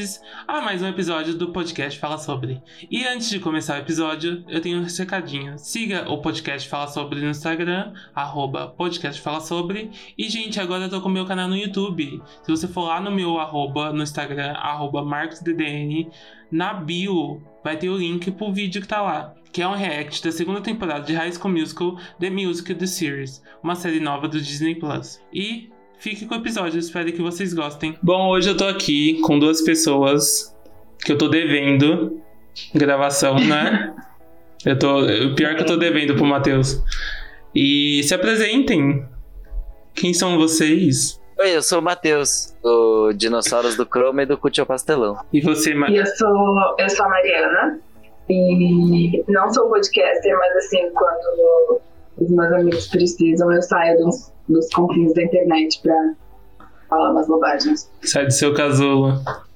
bem-vindos a mais um episódio do Podcast Fala Sobre. E antes de começar o episódio, eu tenho um recadinho. Siga o Podcast Fala Sobre no Instagram, @Podcast Fala Sobre. E, gente, agora eu tô com o meu canal no YouTube. Se você for lá no meu no Instagram, @MarcosDDN, na bio vai ter o link pro vídeo que tá lá, que é um react da segunda temporada de High School Musical, The Musical The Series, uma série nova do Disney Plus. E fique com o episódio, espero que vocês gostem. Bom, hoje eu tô aqui com duas pessoas que eu tô devendo gravação, né? O pior que eu tô devendo pro Matheus. E se apresentem. Quem são vocês? Oi, eu sou o Matheus, do Dinossauros do Chroma e do Cute ao Pastelão. E você, E eu sou a Mariana. E não sou podcaster, mas assim, quando os meus amigos precisam, eu saio dos confins da internet pra falar umas bobagens. Sai do seu casulo.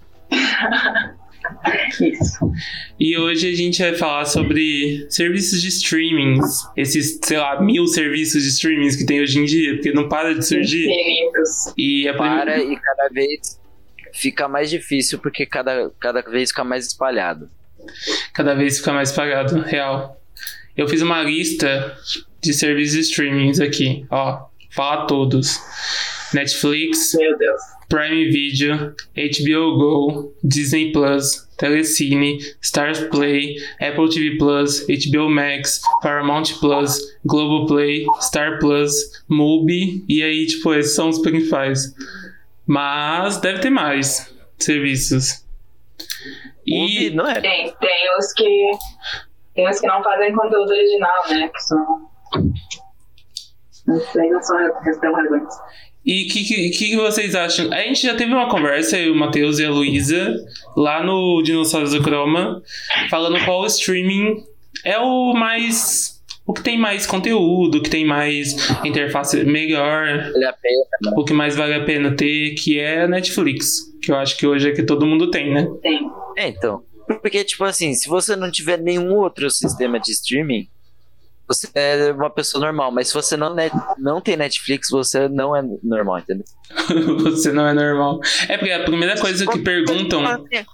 Isso. E hoje a gente vai falar sobre serviços de streamings. Esses, 1000 serviços de streamings que tem hoje em dia, porque não para de surgir. Infinitos. E e cada vez fica mais difícil, porque cada vez fica mais espalhado. Cada vez fica mais pagado, real. Eu fiz uma lista de serviços de streamings aqui, ó. Fala todos. Netflix, Meu Deus. Prime Video, HBO Go, Disney Plus, Telecine, Stars Play, Apple TV Plus, HBO Max, Paramount Plus, Globoplay, Star Plus, Mubi, e aí, tipo, esses são os principais. Mas deve ter mais serviços. Mubi, não é? Tem os que não fazem conteúdo original, né? Que são. Não sei, não são tão relevantes. E o que vocês acham? A gente já teve uma conversa, eu, o Matheus e a Luísa, lá no Dinossauros do Chroma, falando qual streaming é o que tem mais conteúdo, o que tem mais interface melhor, Vale a pena, né? o que mais vale a pena ter, que é a Netflix, que eu acho que hoje é que todo mundo tem, né? Tem. Então, porque, tipo assim, se você não tiver nenhum outro sistema de streaming, você é uma pessoa normal, mas se você não tem Netflix, você não é normal, entendeu? Você não é normal. É porque a primeira coisa que perguntam...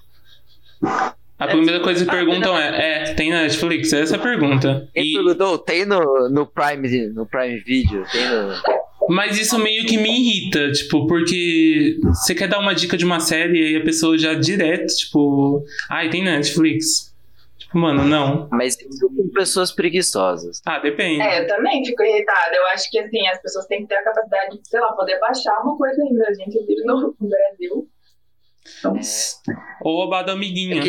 A primeira coisa que perguntam tem na Netflix? Essa é a pergunta. Quem perguntou? Tem no Prime Video, tem no... Mas isso meio que me irrita, tipo, porque você quer dar uma dica de uma série e aí a pessoa já direto, tipo... tem na Netflix? Tipo, mano, não. Mas isso com pessoas preguiçosas. Depende. Eu também fico irritada. Eu acho que, assim, as pessoas têm que ter a capacidade de, sei lá, poder baixar uma coisa ainda. A gente vive no Brasil. Então... Ou roubar da amiguinha.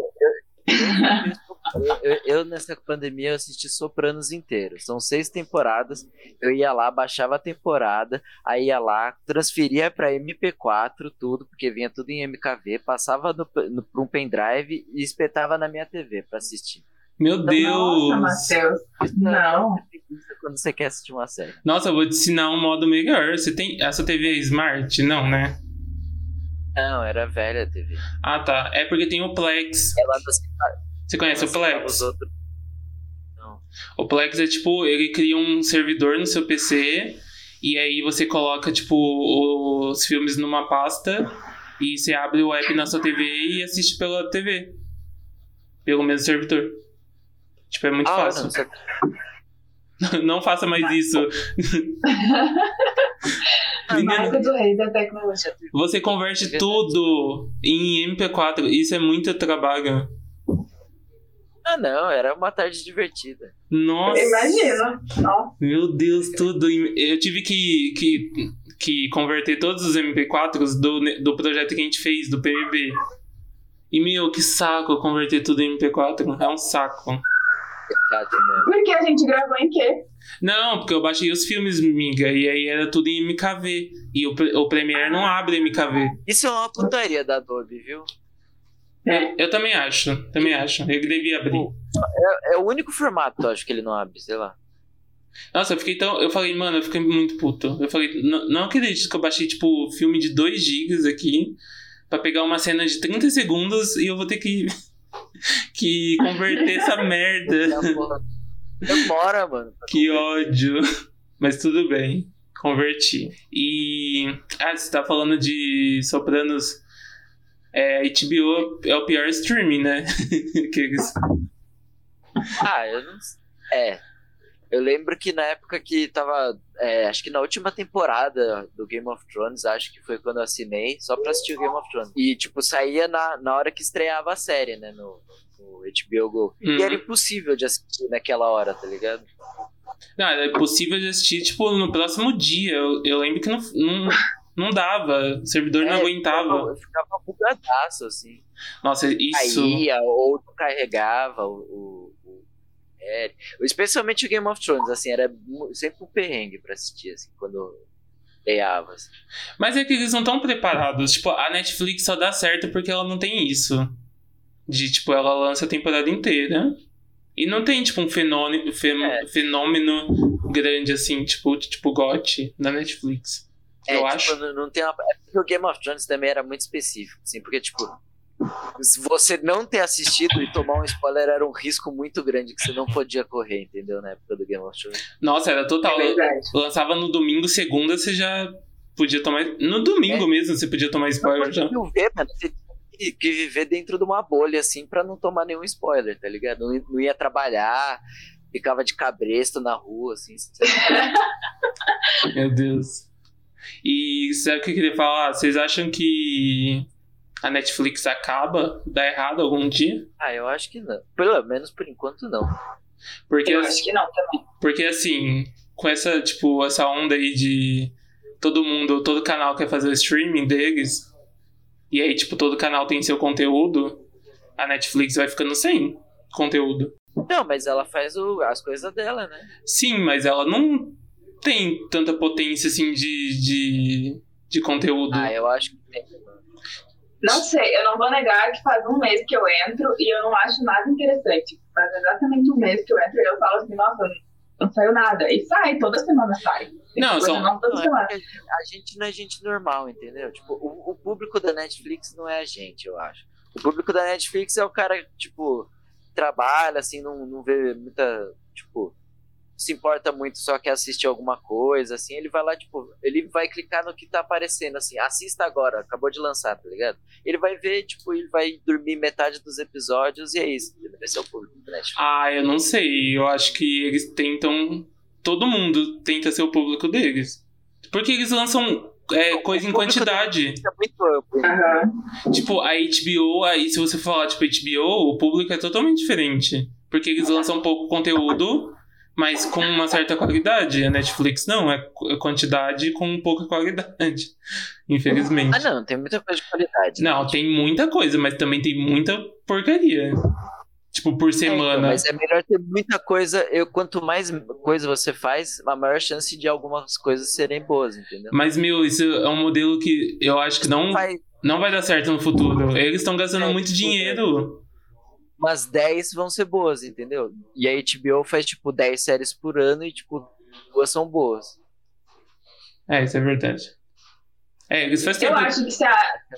Eu nessa pandemia eu assisti Sopranos inteiro. São 6 temporadas. Eu ia lá, baixava a temporada, aí ia lá, transferia pra MP4 tudo, porque vinha tudo em MKV, passava pra um pendrive e espetava na minha TV pra assistir. Meu Deus! Nossa, Matheus. Não. Quando você quer assistir uma série. Nossa, eu vou te ensinar um modo melhor. Você tem essa TV Smart? Não, né? Não, era velha a TV. Tá. É porque tem o Plex. Você conhece o Plex? Não. O Plex é tipo, ele cria um servidor no seu PC e aí você coloca, tipo, os filmes numa pasta e você abre o app na sua TV e assiste pela TV. Pelo mesmo servidor. Tipo, é muito fácil. Não faça mais isso. A marca do rei da tecnologia. Você converte tudo em MP4. Isso é muito trabalho. Não, era uma tarde divertida. Nossa. Imagina. Meu Deus, tudo. Eu tive que converter todos os MP4s do projeto que a gente fez, do PMB. E, que saco converter tudo em MP4. É um saco. Porque a gente gravou em quê? Não, porque eu baixei os filmes, miga, e aí era tudo em MKV. E o Premiere não abre MKV. Isso é uma putaria da Adobe, viu? Eu também acho. Ele devia abrir. É o único formato, eu acho, que ele não abre, sei lá. Nossa, eu fiquei muito puto. Eu falei, não acredito que eu baixei, tipo, filme de 2 GB aqui pra pegar uma cena de 30 segundos e eu vou ter que converter essa merda. Demora, mano. Que ódio. Mas tudo bem. Converti. E... você tá falando de Sopranos... HBO é o pior streaming, né? Que eles... Eu não sei. Eu lembro que na época que tava. Acho que na última temporada do Game of Thrones, acho que foi quando eu assinei, só pra assistir o Game of Thrones. E, tipo, saía na hora que estreava a série, né? No HBO Go. E era impossível de assistir naquela hora, tá ligado? Não, era impossível de assistir, tipo, no próximo dia. Eu lembro que não dava. O servidor não aguentava. Eu ficava bugadaço, assim. Nossa, isso. Caía, ou não carregava especialmente o Game of Thrones, assim, era sempre um perrengue pra assistir, assim, quando leava, assim. Mas é que eles não estão preparados. Tipo, a Netflix só dá certo porque ela não tem isso. De, tipo, ela lança a temporada inteira. E não tem, tipo, um fenômeno grande, assim, tipo GOT na Netflix. Eu acho. Não tem porque o Game of Thrones também era muito específico, assim, porque, tipo, se você não ter assistido e tomar um spoiler era um risco muito grande que você não podia correr, entendeu? Na época do Game of Thrones. Nossa, era total. É verdade. Lançava no domingo, segunda, você já podia tomar. No domingo mesmo você podia tomar spoiler já. Você tinha que viver dentro de uma bolha, assim, pra não tomar nenhum spoiler, tá ligado? Não ia trabalhar, ficava de cabresto na rua, assim. Meu Deus. E sabe o que eu queria falar? Vocês acham que a Netflix dá errado algum dia? Eu acho que não. Pelo menos por enquanto não. Porque, Eu acho que não também. Porque assim, com essa onda aí de todo canal quer fazer o streaming deles, e aí, tipo, todo canal tem seu conteúdo, a Netflix vai ficando sem conteúdo. Não, mas ela faz as coisas dela, né? Sim, mas ela não tem tanta potência, assim, de conteúdo. Eu acho que tem. Não sei, eu não vou negar que faz um mês que eu entro e eu não acho nada interessante. Faz exatamente um mês que eu entro e eu falo assim, nossa, não saiu nada. E sai, toda semana sai. Não, toda semana. A gente não é gente normal, entendeu? Tipo, o público da Netflix não é a gente, eu acho. O público da Netflix é o cara, tipo, trabalha, assim, não vê muita, tipo, se importa muito, só quer assistir alguma coisa, assim, ele vai lá, tipo, ele vai clicar no que tá aparecendo, assim, assista agora, acabou de lançar, tá ligado? Ele vai ver, tipo, ele vai dormir metade dos episódios e é isso, esse é o público do Netflix. Eu não sei, eu acho que eles tentam, todo mundo tenta ser o público deles, porque eles lançam coisa em quantidade. É muito amplo. Tipo, a HBO, aí se você falar, tipo, HBO, o público é totalmente diferente, porque eles lançam pouco conteúdo, mas com uma certa qualidade. A Netflix não, é quantidade com pouca qualidade. Infelizmente. Não, tem muita coisa de qualidade. Não, né? tem muita coisa, mas também tem muita porcaria. Tipo, por semana. Então, mas é melhor ter muita coisa. Quanto mais coisa você faz, a maior chance de algumas coisas serem boas, entendeu? Mas, isso é um modelo que eu acho que não vai dar certo no futuro. Eles estão gastando muito dinheiro. Umas 10 vão ser boas, entendeu? E a HBO faz, tipo, 10 séries por ano e, tipo, 2 são boas. Isso é verdade. Eles fazem Eu acho que se a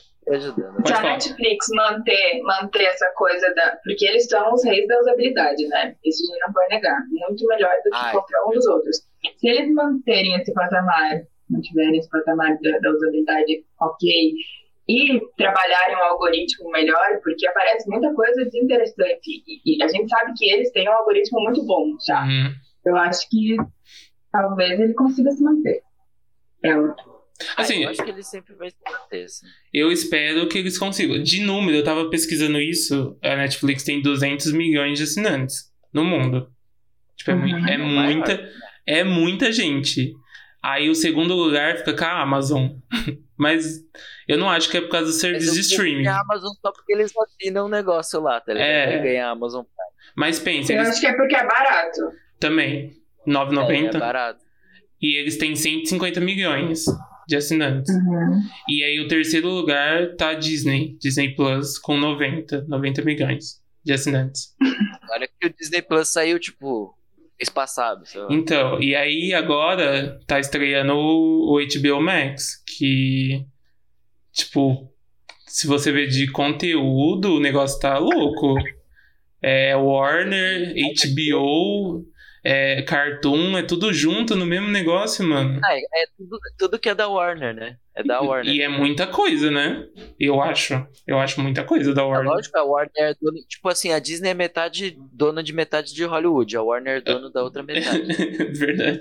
Netflix manter essa coisa porque eles são os reis da usabilidade, né? Isso a gente não pode negar. Muito melhor do que qualquer um dos outros. Se eles mantiverem esse patamar da usabilidade ok, e trabalharem um algoritmo melhor, porque aparece muita coisa desinteressante. E a gente sabe que eles têm um algoritmo muito bom já. Eu acho que talvez ele consiga se manter. Assim, eu acho que ele sempre vai se manter, assim. Eu espero que eles consigam. De número, eu tava pesquisando isso, a Netflix tem 200 milhões de assinantes no mundo. Tipo, é muita gente. Aí o segundo lugar fica com a Amazon. Mas eu não acho que é por causa do serviço de streaming. A Amazon só porque eles assinam um negócio lá, tá ligado? Ele ganha a Amazon Prime. Mas pensa, eu acho que é porque é barato. Também, R$9,90. É barato. E eles têm 150 milhões de assinantes. E aí o terceiro lugar tá a Disney Plus, com 90 milhões de assinantes. Olha que o Disney Plus saiu, tipo, mês passado. Então, e aí agora tá estreando o HBO Max, que, tipo, se você ver de conteúdo, o negócio tá louco. Warner, HBO, Cartoon, é tudo junto no mesmo negócio, mano. É tudo que é da Warner, né? É da Warner. E é muita coisa, né? Eu acho muita coisa da Warner. Lógico, a Warner é dona... Tipo assim, a Disney é dona de metade de Hollywood. A Warner é dono da outra metade. Verdade.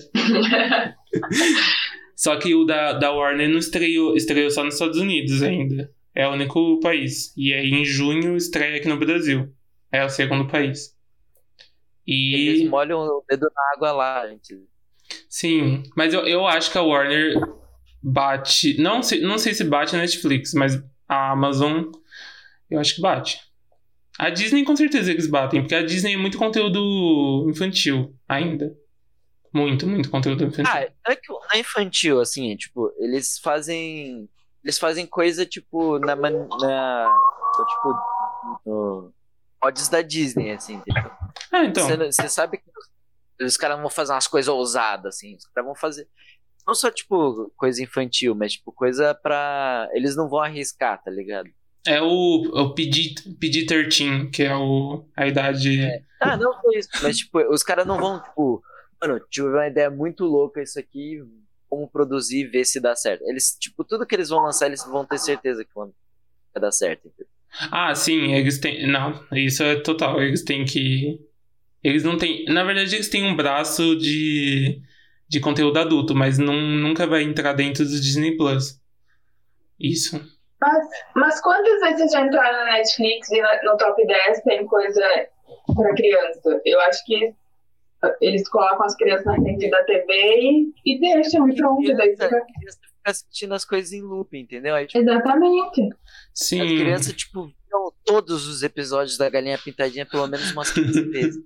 Só que o da Warner não estreou só nos Estados Unidos ainda. É o único país. E aí em junho estreia aqui no Brasil. É o segundo país. Eles molham o dedo na água lá, gente. Sim, mas eu acho que a Warner bate... Não sei se bate a Netflix, mas a Amazon eu acho que bate. A Disney com certeza eles batem, porque a Disney é muito conteúdo infantil ainda. Muito, muito conteúdo infantil. Não é infantil, assim, tipo, eles fazem coisa, tipo, tipo, no mods da Disney, assim, entendeu? Então. Você sabe que os caras vão fazer umas coisas ousadas, assim, os caras vão fazer, não só, tipo, coisa infantil, mas, tipo, coisa pra... Eles não vão arriscar, tá ligado? É o PG-13, que é a idade... Não foi isso, mas, tipo, os caras não vão, tipo... Mano, tive uma ideia muito louca isso aqui, como produzir e ver se dá certo. Eles, tipo, tudo que eles vão lançar, eles vão ter certeza que vai dar certo. Entendeu? Sim, eles têm... Não, isso é total. Eles têm que... Eles não têm... Na verdade, eles têm um braço de conteúdo adulto, mas nunca vai entrar dentro do Disney Plus. Isso. Mas quantas vezes já entraram na Netflix e no top 10 tem coisa pra criança? Eu acho que eles colocam as crianças na frente da TV e deixam, e pronto. Daí A criança fica assistindo as coisas em loop, entendeu? Aí, tipo, exatamente. Sim. As crianças, tipo, viram todos os episódios da Galinha Pintadinha pelo menos umas 15 vezes.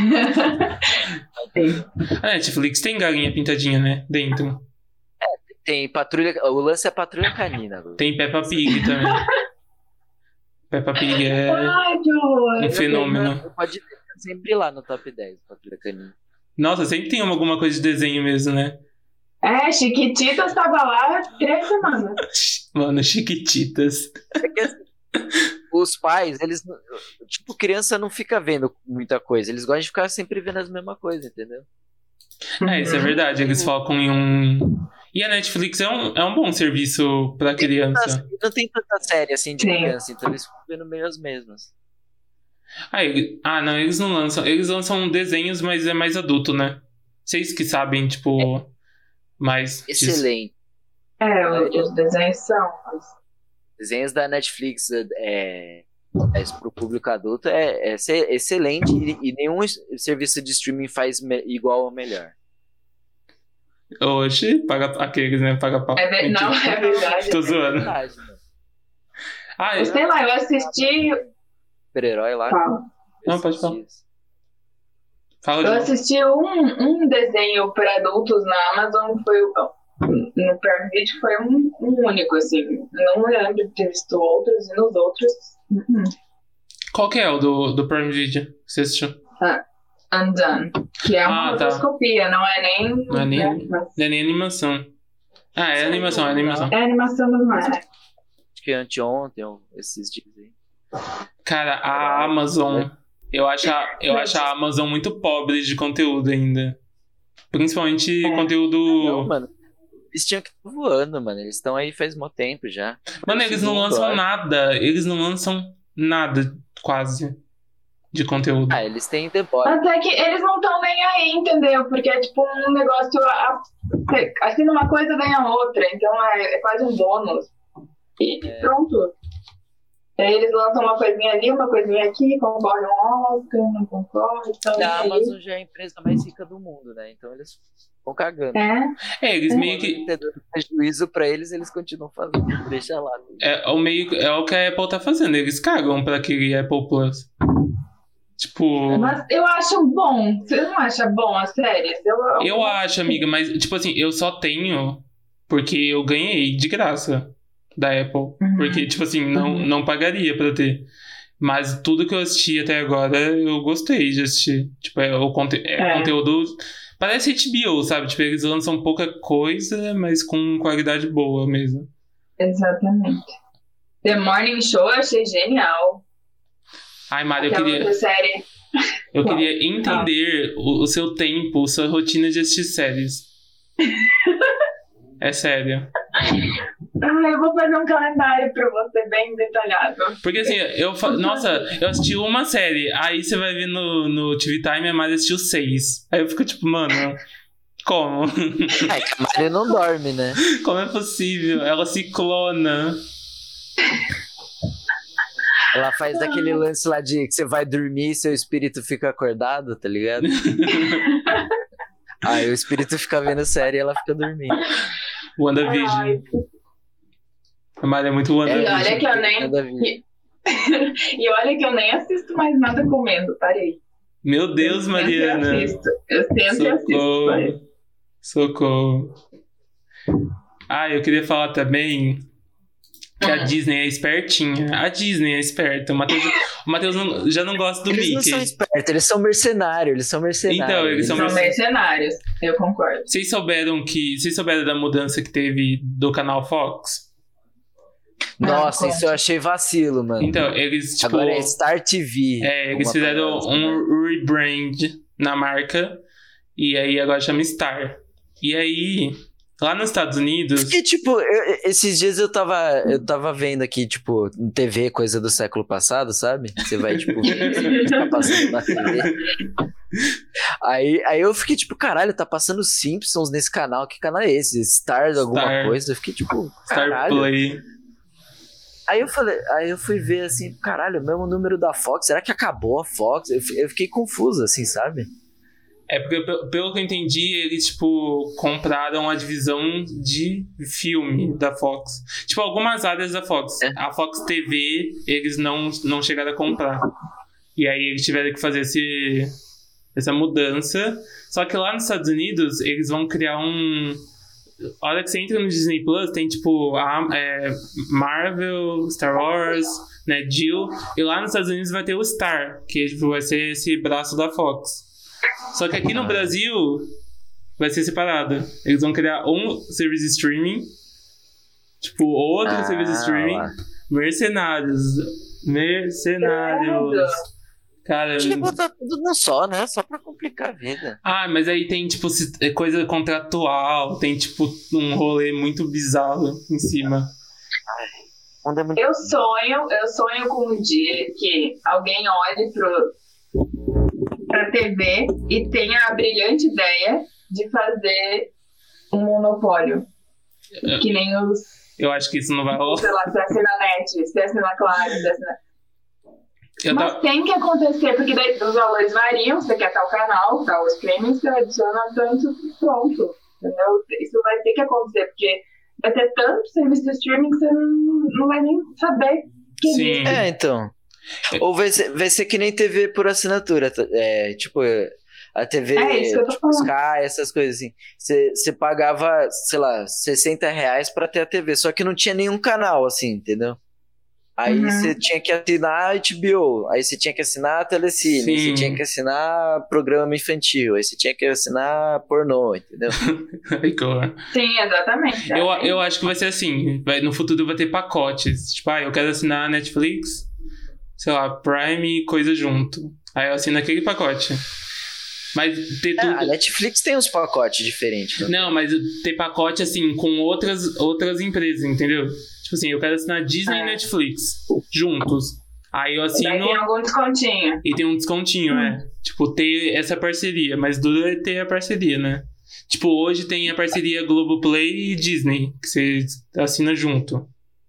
A Netflix tem Galinha Pintadinha, né? Dentro. Tem Patrulha... O lance é Patrulha Canina. Tem Peppa Pig também. Peppa Pig é um fenômeno. Pode ver, sempre lá no top 10, Patrulha Canina. Nossa, sempre tem alguma coisa de desenho mesmo, né? Chiquititas tava lá 3 semanas. Mano, Chiquititas. Os pais, eles... Tipo, criança não fica vendo muita coisa. Eles gostam de ficar sempre vendo as mesmas coisas, entendeu? Isso é verdade. Eles focam em um... E a Netflix é um bom serviço pra criança. Não tem tanta série assim de criança, então eles ficam vendo meio as mesmas. Não, eles não lançam. Eles lançam desenhos, mas é mais adulto, né? Vocês que sabem, tipo, mais... Excelente. Os desenhos são... Desenhos da Netflix pro público adulto é excelente e nenhum serviço de streaming faz igual ou melhor. Oxe, paga aqueles, né? Paga pau. Não, é verdade. Tô zoando. É verdade, mano. Sei lá, eu assisti... Super-herói lá. Não, pode falar. Eu assisti um desenho para adultos na Amazon, foi no Prime Video, foi um único, assim. Não lembro de ter visto outros, e nos outros... Qual que é o do Prime Video que você assistiu? Undone, que é uma rotoscopia, não é nem... Não é nem animação. É animação. É animação, mas não é. Acho que anteontem, esses dias aí. Cara, a Amazon... Eu acho a Amazon muito pobre de conteúdo ainda. Principalmente conteúdo... Não, mano. Eles tinham que estar voando, mano. Eles estão aí faz muito tempo já. Mano, eles não lançam nada. Eles não lançam nada, quase, de conteúdo. Eles têm The Boys. Até que eles não estão nem aí, entendeu? Porque é tipo um negócio... Assina uma coisa, ganha outra. Então é quase um bônus. E pronto. Aí eles lançam uma coisinha ali, uma coisinha aqui, concorre um Oscar, não concorre. Então a Amazon já é a empresa mais rica do mundo, né? Então eles estão cagando. Eles meio que... prejuízo pra eles continuam fazendo. Deixa lá. É o que a Apple tá fazendo. Eles cagam pra aquele Apple Plus. Tipo... Mas eu acho bom. Você não acha bom as séries? Eu acho, amiga, mas tipo assim, eu só tenho porque eu ganhei de graça da Apple. Porque, tipo assim, não pagaria pra ter. Mas tudo que eu assisti até agora, eu gostei de assistir. Tipo, conteúdo... Parece HBO, sabe? Tipo, eles lançam pouca coisa, mas com qualidade boa mesmo. Exatamente. The Morning Show eu achei genial. Ai, Mari, eu Aquela queria... outra série Eu queria entender o seu tempo, sua rotina de assistir séries. É sério. Eu vou fazer um calendário pra você bem detalhado. Porque assim, nossa, eu assisti uma série, aí você vai ver no TV Time, a Mari assistiu 6. Aí eu fico tipo, mano, como? Que a Mari não dorme, né? Como é possível? Ela se clona. Ela faz daquele lance lá de que você vai dormir e seu espírito fica acordado, tá ligado? Aí o espírito fica vendo série e ela fica dormindo. WandaVision. A Mari é muito WandaVision. E olha que eu nem... E olha que eu nem assisto mais nada comendo, parei. Meu Deus, Mariana. Eu sempre assisto. Parei. Socorro. Eu queria falar também que a Disney é espertinha. A Disney é esperta. O Matheus já não gosta do Mickey. Eles não são espertos, eles são mercenários. Então, eles são mercenários. Eu concordo. Vocês souberam da mudança que teve do canal Fox? Nossa, isso eu achei vacilo, mano. Então, eles, tipo... Agora é Star TV. Eles fizeram um rebrand na marca. E aí agora chama Star. E aí... Lá nos Estados Unidos... Porque, tipo, esses dias eu tava vendo aqui, tipo, TV, coisa do século passado, sabe? Você vai, tipo, tá passando na TV. Aí eu fiquei, tipo, caralho, tá passando Simpsons nesse canal. Que canal é esse? Star alguma coisa? Eu fiquei, tipo, caralho. Star Play. Aí eu fui ver, assim, caralho, o mesmo número da Fox. Será que acabou a Fox? Eu fiquei confuso, assim, sabe? É porque, pelo que eu entendi, eles, tipo, compraram a divisão de filme da Fox. Tipo, algumas áreas da Fox. A Fox TV, eles não chegaram a comprar. E aí eles tiveram que fazer essa mudança. Só que lá nos Estados Unidos, eles vão criar A hora que você entra no Disney Plus, tem, tipo, Marvel, Star Wars, né, Jill. E lá nos Estados Unidos vai ter o Star, que, tipo, vai ser esse braço da Fox. Só que aqui no Brasil vai ser separado. Eles vão criar um serviço de streaming, tipo, outro serviço de streaming. Mercenários. Cara, tinha que botar tudo num só, né? Só pra complicar a vida. Mas aí tem, tipo, coisa contratual, tem, tipo, um rolê muito bizarro em cima. Eu sonho com um dia que alguém olhe pra TV e tenha a brilhante ideia de fazer um monopólio. Que nem os... Eu acho que isso não vai rolar. Sei lá, se assina net, se assina Claro, se assina... Mas tem que acontecer, porque daí os valores variam, você quer tal canal, tal streaming, você adiciona tanto, pronto. Entendeu? Isso vai ter que acontecer, porque vai ter tanto serviço de streaming que você não vai nem saber que Sim. Então... Ou vai ser que nem TV por assinatura, tipo, a TV Sky, essas coisas assim. Você pagava, sei lá, R$60 pra ter a TV, só que não tinha nenhum canal, assim, entendeu? Aí você tinha que assinar a HBO, aí você tinha que assinar a Telecine, aí você tinha que assinar programa infantil, aí você tinha que assinar pornô, entendeu? Sim, exatamente. Eu acho que vai ser assim, no futuro vai ter pacotes, tipo, eu quero assinar a Netflix, sei lá, Prime e coisa junto. Aí eu assino aquele pacote. Mas ter tudo... A Netflix tem uns pacotes diferentes. Não, mas ter pacote, assim, com outras empresas, entendeu? Tipo assim, eu quero assinar Disney e Netflix juntos. Aí eu assino... Daí tem algum descontinho. E tem um descontinho, Tipo, ter essa parceria. Mas duro é ter a parceria, né? Tipo, hoje tem a parceria Globoplay e Disney, que você assina junto.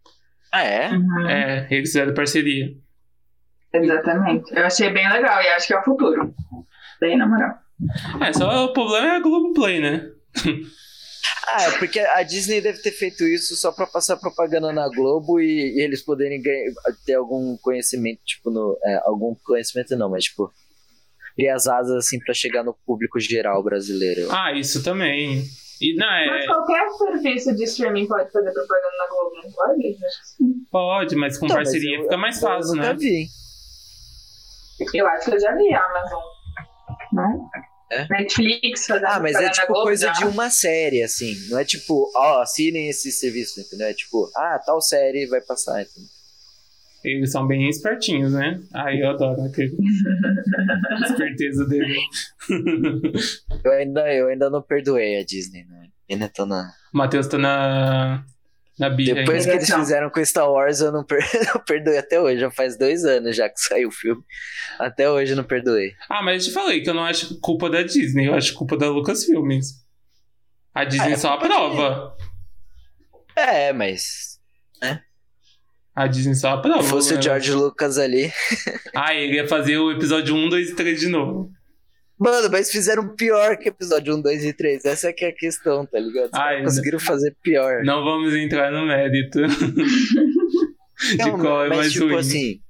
Eles fizeram parceria. Exatamente. Eu achei bem legal e acho que é o futuro. Bem na moral. Só o problema é a Globoplay, né? Porque a Disney deve ter feito isso só pra passar propaganda na Globo e eles poderem ter algum conhecimento, tipo, algum conhecimento não, mas tipo, criar as asas assim pra chegar no público geral brasileiro. Isso também. Mas qualquer serviço de streaming pode fazer propaganda na Globo, não pode? Acho que sim. Pode, mas com parceria fica mais fácil, né? Eu vi. Eu acho que eu já vi a Amazon. Não? Netflix fazendo mas é tipo coisa de uma série, assim. Não é tipo, assinem esse serviço, entendeu? É tipo, tal série vai passar, entendeu? Eles são bem espertinhos, né? Ai, eu adoro aquele esperteza dele. Eu ainda não perdoei a Disney, né? Ainda tô na... O Matheus tá na birra Depois ainda. que eles fizeram com Star Wars, eu não eu perdoei até hoje. Já faz 2 anos já que saiu o filme. Até hoje eu não perdoei. Ah, mas eu te falei que eu não acho culpa da Disney, eu acho culpa da Lucasfilmes. A Disney só culpa aprova. Mas... A Disney só aprova. Se fosse né? o George Lucas ali... Ah, ele ia fazer o episódio 1, 2 e 3 de novo. Mano, mas fizeram pior que episódio 1, 2 e 3. Essa é que é a questão, tá ligado? Os caras conseguiram fazer pior. Não vamos entrar no mérito de qual é mas mais tipo ruim. assim...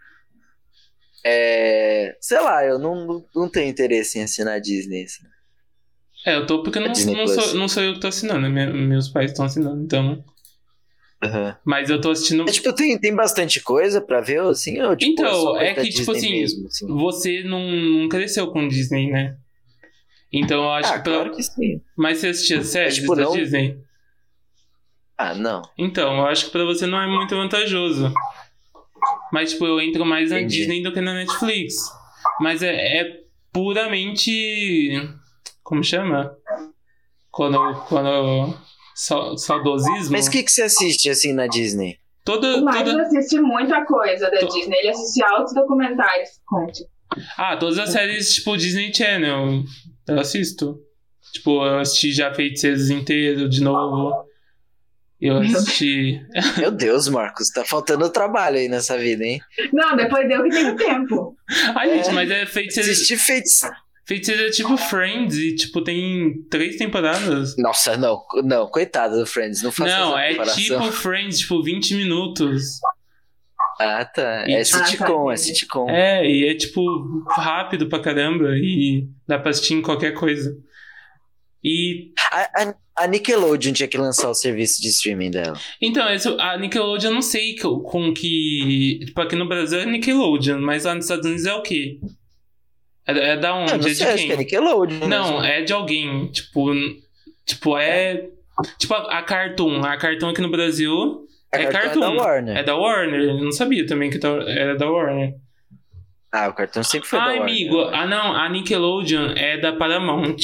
sei lá, eu não tenho interesse em assinar a Disney, assim. Eu tô porque não sou eu que tô assinando, meus pais estão assinando, então... Uhum. Mas eu tô assistindo... tipo, tem bastante coisa pra ver, assim? Ou, tipo, Então, só é da que, tipo Disney assim, mesmo, assim? você não cresceu com Disney, né? Então eu acho que... Claro que sim. Mas você assistia séries tipo, da não... Disney? Não. Então, eu acho que pra você não é muito vantajoso. Mas, tipo, eu entro mais na Entendi. Disney do que na Netflix. Mas é puramente... Como chama? Quando saudosismo. Mas o que você assiste, assim, na Disney? O Michael assiste muita coisa da Disney. Ele assiste altos documentários. Conte. Todas as séries, tipo, Disney Channel. Eu assisto. Tipo, eu assisti já Feiticeiros inteiro, de novo. Eu assisti... Meu Deus, Marcos, tá faltando trabalho aí nessa vida, hein? Não, depois eu que tenho tempo. Ai, gente, mas é Feiticeiros... Assistir Feiticeiros é tipo Friends e, tipo, tem 3 temporadas. Nossa, não, coitado do Friends, não faça Não, essa comparação. tipo Friends, tipo, 20 minutos. Ah, tá. É sitcom, é sitcom. E é, tipo, rápido pra caramba e dá pra assistir em qualquer coisa. E... A Nickelodeon tinha que lançar o serviço de streaming dela. Então, a Nickelodeon eu não sei com que... Tipo, aqui no Brasil é Nickelodeon, mas lá nos Estados Unidos é o quê? É da onde? Não sei, é de acho quem? que é Nickelodeon. Não, é de alguém. Tipo, é... Tipo, a Cartoon. A Cartoon aqui no Brasil é Cartoon. É da Warner. É da Warner. Eu não sabia também que era da Warner. O Cartoon sempre foi da Warner. Amigo. Não. A Nickelodeon é da Paramount.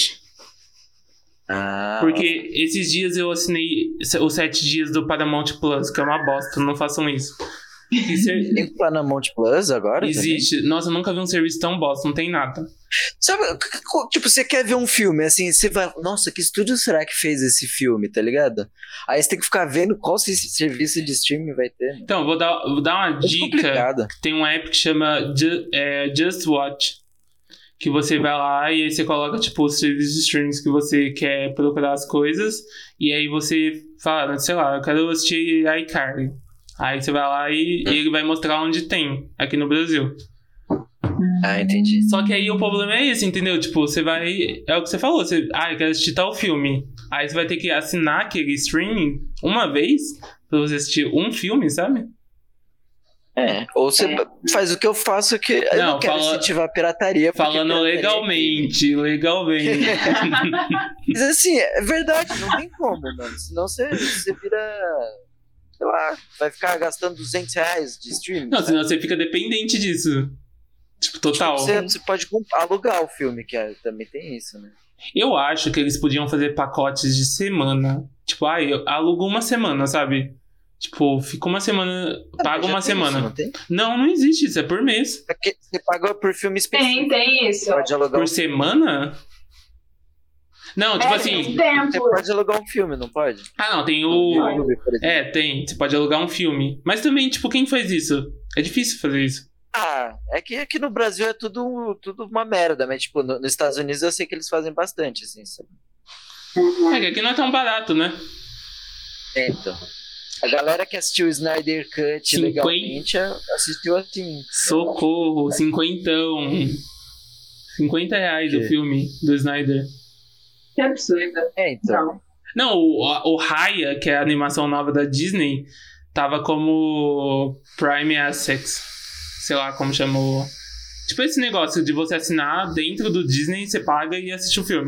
Porque esses dias eu assinei os 7 dias do Paramount Plus, que é uma bosta. Não façam isso. Tem Paramount Plus agora? Existe. Também? Nossa, eu nunca vi um serviço tão bosta. Não tem nada. Sabe, tipo, você quer ver um filme, assim, você vai... Nossa, que estúdio será que fez esse filme, tá ligado? Aí você tem que ficar vendo qual serviço de streaming vai ter. Né? Então, vou dar uma dica. Complicado. Tem um app que chama Just Watch. Que você vai lá e aí você coloca, tipo, os serviços de streams que você quer procurar as coisas. E aí você fala, sei lá, eu quero assistir iCarly. Aí você vai lá e ele vai mostrar onde tem, aqui no Brasil. Entendi. Só que aí o problema é esse, entendeu? Tipo, você vai... É o que você falou. Eu quero assistir tal filme. Aí você vai ter que assinar aquele streaming uma vez pra você assistir um filme, sabe? Ou você faz o que eu faço, que eu não quero incentivar a pirataria. Falando legalmente. Mas assim, é verdade, não tem como, mano. Senão você vira... Sei lá, vai ficar gastando R$200 de streaming. Não, senão você fica dependente disso. Tipo, total. Você pode alugar o filme, que também tem isso, né? Eu acho que eles podiam fazer pacotes de semana. Tipo, eu alugo uma semana, sabe? Tipo, fica uma semana, paga uma semana. Isso, não tem? Não existe isso, é por mês. Porque você paga por filme específico. Tem isso. Pode alugar por semana? Não, tipo assim... Você pode alugar um filme, não pode? Não, tem o... Tem. Você pode alugar um filme. Mas também, tipo, quem faz isso? É difícil fazer isso. É que aqui no Brasil é tudo uma merda, mas, tipo, nos Estados Unidos eu sei que eles fazem bastante, assim, sabe? É que aqui não é tão barato, né? Então. A galera que assistiu o Snyder Cut legalmente assistiu assim. Socorro, cinquentão. R$50 o filme do Snyder. Que absurdo. Então. Não, o Raya, que é a animação nova da Disney, tava como Prime Access. Sei lá como chamou. Tipo esse negócio de você assinar dentro do Disney, você paga e assiste o filme.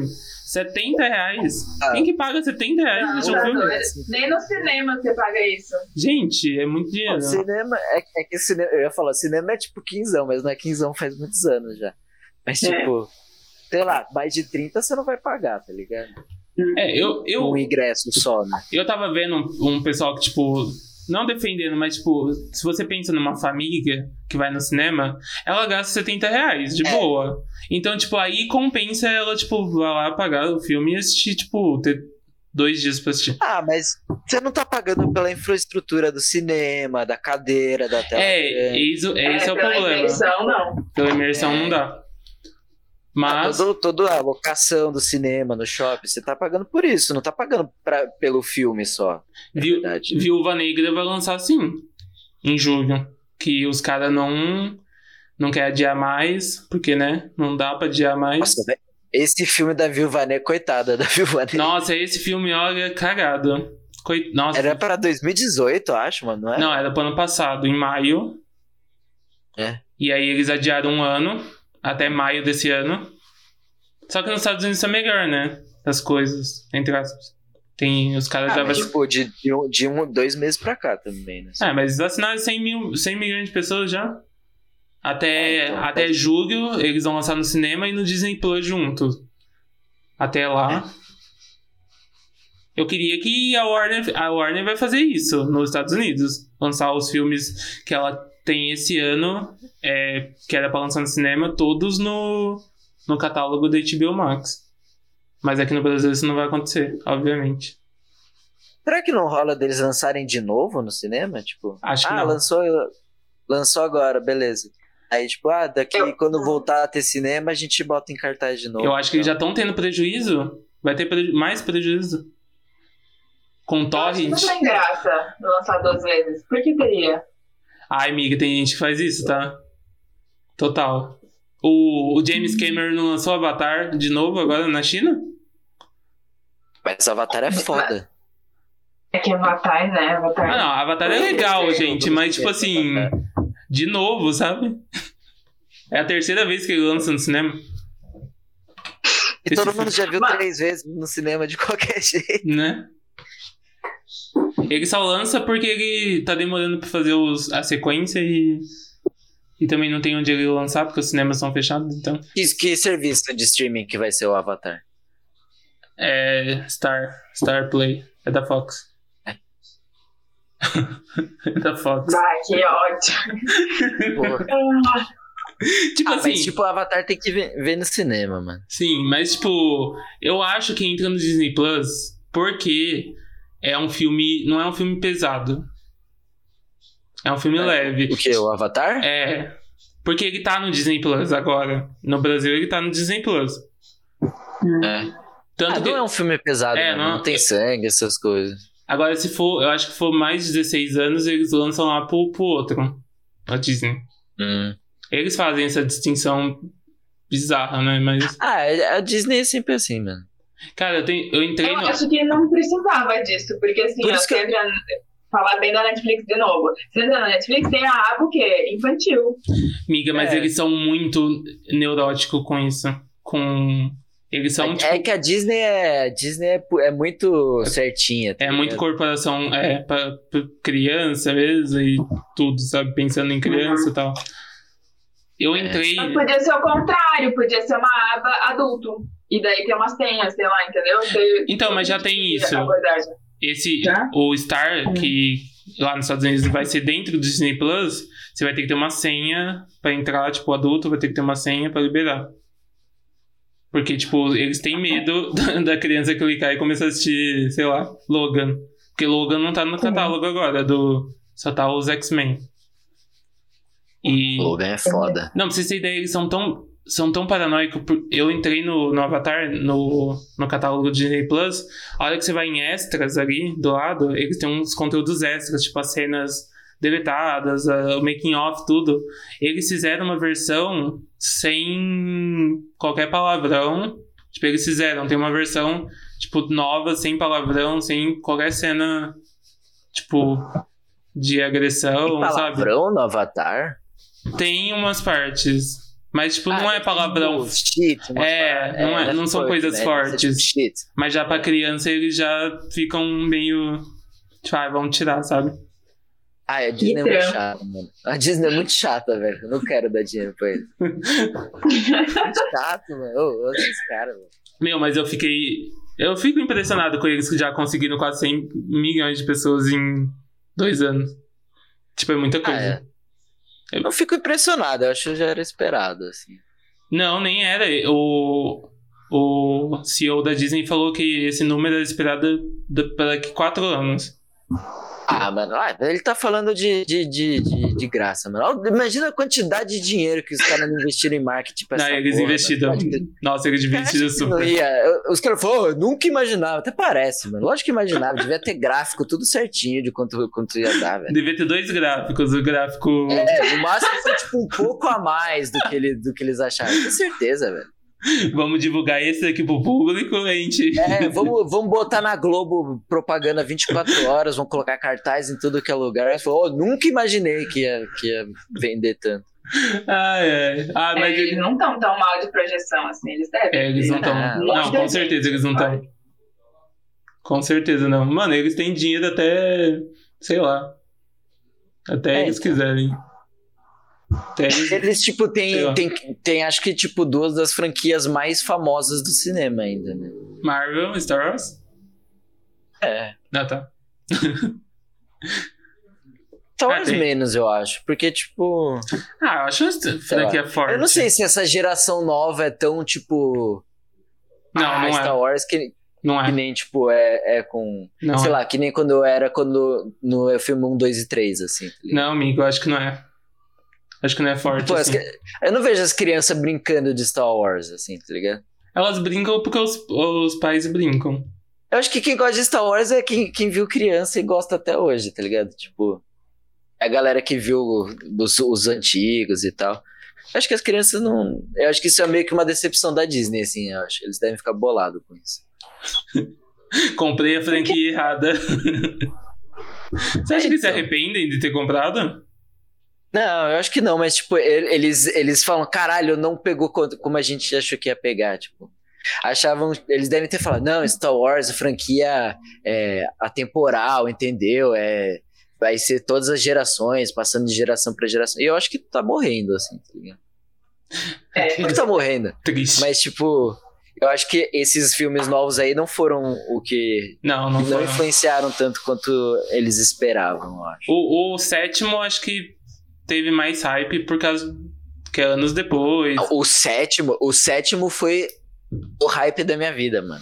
R$70? Quem que paga R$70 pra assistir um filme? Nem no cinema você paga isso. Gente, é muito dinheiro. Cinema, é que cinema, eu ia falar, cinema é tipo 15, mas não é 15 faz muitos anos já. Mas tipo, sei lá, mais de 30 você não vai pagar, tá ligado? Um ingresso só, né? Eu tava vendo um pessoal que, tipo, não defendendo, mas, tipo, se você pensa numa família que vai no cinema, ela gasta R$70, de boa. Então, tipo, aí compensa ela, tipo, vai lá pagar o filme e assistir, tipo, ter 2 dias pra assistir. Mas você não tá pagando pela infraestrutura do cinema, da cadeira, da tela. Esse é o problema. Pela imersão, não. Pela imersão não dá. Mas... Toda a locação do cinema no shopping, você tá pagando por isso, não tá pagando pelo filme só. Viúva Negra vai lançar sim, em julho. Que os caras não querem adiar mais, porque, né, não dá pra adiar mais. Nossa, velho, esse filme da Viúva Negra, coitada da Viúva Negra. Nossa, esse filme, olha, cagado. Nossa. Era para 2018, eu acho, mano, não é? Não, era pro ano passado, em maio. E aí eles adiaram um ano, até maio desse ano. Só que nos Estados Unidos é melhor, né? As coisas, entre aspas. Tem os caras já... Tipo, de 2 meses pra cá também, né? Mas vacinaram 100 milhões de pessoas já. Até julho eles vão lançar no cinema e no Disney Plus junto. Até lá. Eu queria que a Warner vai fazer isso nos Estados Unidos. Lançar os filmes que ela tem esse ano, que era pra lançar no cinema, todos no catálogo da HBO Max. Mas aqui no Brasil isso não vai acontecer, obviamente. Será que não rola deles lançarem de novo no cinema? Tipo, acho que não. Lançou agora, beleza. Aí, tipo, quando voltar a ter cinema, a gente bota em cartaz de novo. Eu acho que eles já estão tendo prejuízo. Vai ter mais prejuízo. Com torrent. Não tem graça lançar 2 vezes. Por que teria? Ai, amiga, tem gente que faz isso, tá? Total. O James Cameron não lançou Avatar de novo agora na China? Mas Avatar é foda. É que Avatar, né? Avatar é legal, gente, mas tipo assim, de novo, sabe? É a 3ª vez que ele lança no cinema. E todo mundo já viu 3 vezes no cinema de qualquer jeito. Né? Ele só lança porque ele tá demorando pra fazer a sequência e também não tem onde ele lançar, porque os cinemas são fechados, então... Que serviço de streaming que vai ser o Avatar? É Star Play. É da Fox. É da Fox. Que ótimo. Tipo assim... Mas tipo, o Avatar tem que ver no cinema, mano. Sim, mas tipo... Eu acho que entra no Disney Plus porque é um filme... Não é um filme pesado. É um filme leve. O que? O Avatar? Porque ele tá no Disney Plus agora. No Brasil ele tá no Disney Plus. Tanto que... Não é um filme pesado, não tem sangue, essas coisas. Agora, se for... Eu acho que for mais de 16 anos, eles lançam lá pro outro. A Disney. Eles fazem essa distinção bizarra, né? Mas... A Disney é sempre assim, mano. Cara, eu entrei Eu acho que não precisava disso. Porque assim, falar bem da Netflix de novo. Você entra na Netflix, tem a aba o quê? Infantil. Miga, mas eles são muito neuróticos com isso. Eles são, tipo... que a Disney é muito certinha. Tá ligado? Muito corporação pra criança mesmo e tudo, sabe? Pensando em criança e tal. Eu entrei... Mas podia ser o contrário, podia ser uma aba adulto. E daí tem umas senhas, sei lá, entendeu? Então, mas já tem isso. O Star, que lá nos Estados Unidos vai ser dentro do Disney Plus, você vai ter que ter uma senha pra entrar, tipo, adulto vai ter que ter uma senha pra liberar. Porque, tipo, eles têm medo da criança clicar e começar a assistir, sei lá, Logan. Porque Logan não tá no catálogo agora, só tá os X-Men. Logan é foda. Não, pra vocês terem ideia, eles são tão paranoicos. Eu entrei no Avatar, no catálogo do Disney Plus. A hora que você vai em extras ali, do lado, eles têm uns conteúdos extras, tipo as cenas deletadas, o making of, tudo. Eles fizeram uma versão sem qualquer palavrão. Tipo, eles tem uma versão, tipo, nova, sem palavrão, sem qualquer cena, tipo, de agressão, tem palavrão sabe? No Avatar? Tem umas partes, Mas, tipo, não é palavrão. Shit, não são coisas fortes. Shit. Mas já pra criança eles já ficam meio. Tipo, vamos tirar, sabe? A Disney é muito chata, mano. A Disney é muito chata, velho. Eu não quero dar dinheiro pra eles. Muito chato, mano. Olha esses caras, velho. Meu, mas eu fico impressionado com eles que já conseguiram quase 100 milhões de pessoas em 2 anos. Tipo, é muita coisa. Eu não fico impressionado, eu acho que já era esperado, assim. Não, nem era. O CEO da Disney falou que esse número era esperado para daqui 4 anos. Mano, ele tá falando de graça, mano. Imagina a quantidade de dinheiro que os caras não investiram em marketing pra essa eles investiram. Nossa, eles investiram super. Os caras falaram, nunca imaginava. Até parece, mano. Lógico que imaginava. Devia ter gráfico tudo certinho de quanto ia dar, velho. Devia ter 2 gráficos. O gráfico... no máximo foi tipo um pouco a mais do que eles acharam. Com certeza, velho. Vamos divulgar esse aqui pro público, a gente... Vamos botar na Globo propaganda 24 horas, vamos colocar cartaz em tudo que é lugar. Ele falou, nunca imaginei que ia vender tanto. Mas eles não estão tão mal de projeção assim, eles devem. Eles não estão. Não, com certeza eles não estão. Com certeza não. Mano, eles têm dinheiro até, sei lá, até eles quiserem. Eles, tipo, tem acho que, tipo, 2 das franquias mais famosas do cinema ainda, né? Marvel, Star Wars? Tá. Star Wars menos, eu acho, porque, tipo... eu acho a franquia forte. Eu não sei se essa geração nova é tão, tipo... Não Star Wars não é. Que nem, tipo, é com... Não sei lá, que nem quando no filme 1, 2 e 3, assim. Não, amigo, eu acho que não é. Acho que não é forte, assim. Eu não vejo as crianças brincando de Star Wars, assim, tá ligado? Elas brincam porque os pais brincam. Eu acho que quem gosta de Star Wars é quem viu criança e gosta até hoje, tá ligado? Tipo, é a galera que viu os antigos e tal. Eu acho que as crianças não... Eu acho que isso é meio que uma decepção da Disney, assim, eu acho. Eles devem ficar bolados com isso. Comprei a franquia errada. Você acha que se arrependem de ter comprado? Não, eu acho que não, mas tipo, eles falam, caralho, não pegou como a gente achou que ia pegar, tipo. Eles devem ter falado, não, Star Wars, a franquia atemporal, entendeu? Vai ser todas as gerações, passando de geração pra geração. E eu acho que tá morrendo, assim, tá ligado? Não tá morrendo. Triste. Mas, tipo, eu acho que esses filmes novos aí não foram o que... Não influenciaram tanto quanto eles esperavam, eu acho. O 7º, acho que teve mais hype por causa que é anos depois. O sétimo foi o hype da minha vida, mano.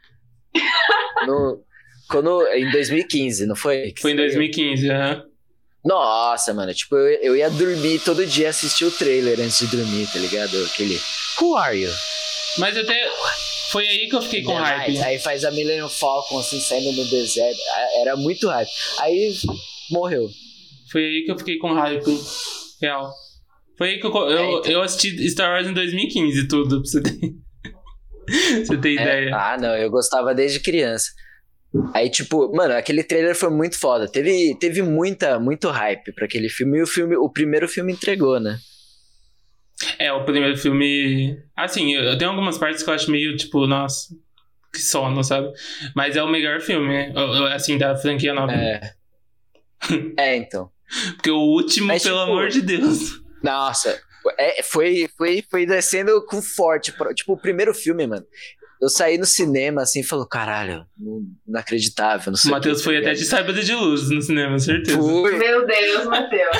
Em 2015, não foi? Foi em 2015, Nossa, mano, tipo, eu ia dormir todo dia, assistir o trailer antes de dormir, tá ligado? Aquele, who are you? Mas até foi aí que eu fiquei com hype. Aí faz a Millennium Falcon, assim, saindo no deserto, era muito hype. Aí, morreu. Foi aí que eu fiquei com hype real. Foi aí que eu assisti Star Wars em 2015 tudo, pra você ter ideia. Não, eu gostava desde criança. Aí, tipo, mano, aquele trailer foi muito foda. Teve muito hype pra aquele filme. E o primeiro filme entregou, né? O primeiro filme... Assim, eu tenho algumas partes que eu acho meio, tipo, nossa, que sono, sabe? Mas é o melhor filme, assim, da franquia nova. Então. Porque o último, mas, pelo amor de Deus. Nossa, foi descendo com forte. Tipo, o primeiro filme, mano. Eu saí no cinema assim e falei, caralho, inacreditável. Não sei o Matheus foi até de sábado de luz no cinema, certeza. Meu Deus, Matheus.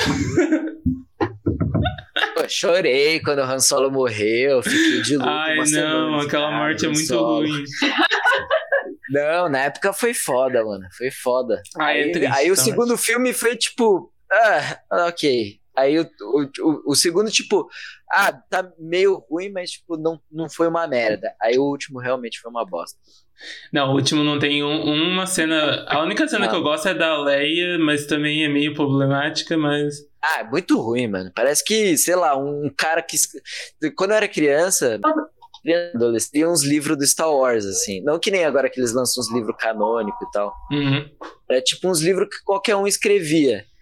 Eu chorei quando o Han Solo morreu, fiquei de luto. Ai, não, aquela morte é muito ruim. Não, na época foi foda, mano. Foi foda. Aí o segundo filme foi tipo... ok. Aí o segundo, tipo... tá meio ruim, mas tipo, não foi uma merda. Aí o último realmente foi uma bosta. Não, o último não tem uma cena... A única cena que eu gosto é da Leia, mas também é meio problemática, mas... É muito ruim, mano. Parece que, sei lá, um cara que... Quando eu era criança... Adolescente, tinha uns livros do Star Wars, assim. Não que nem agora que eles lançam uns livros canônicos e tal. Uhum. É tipo uns livros que qualquer um escrevia.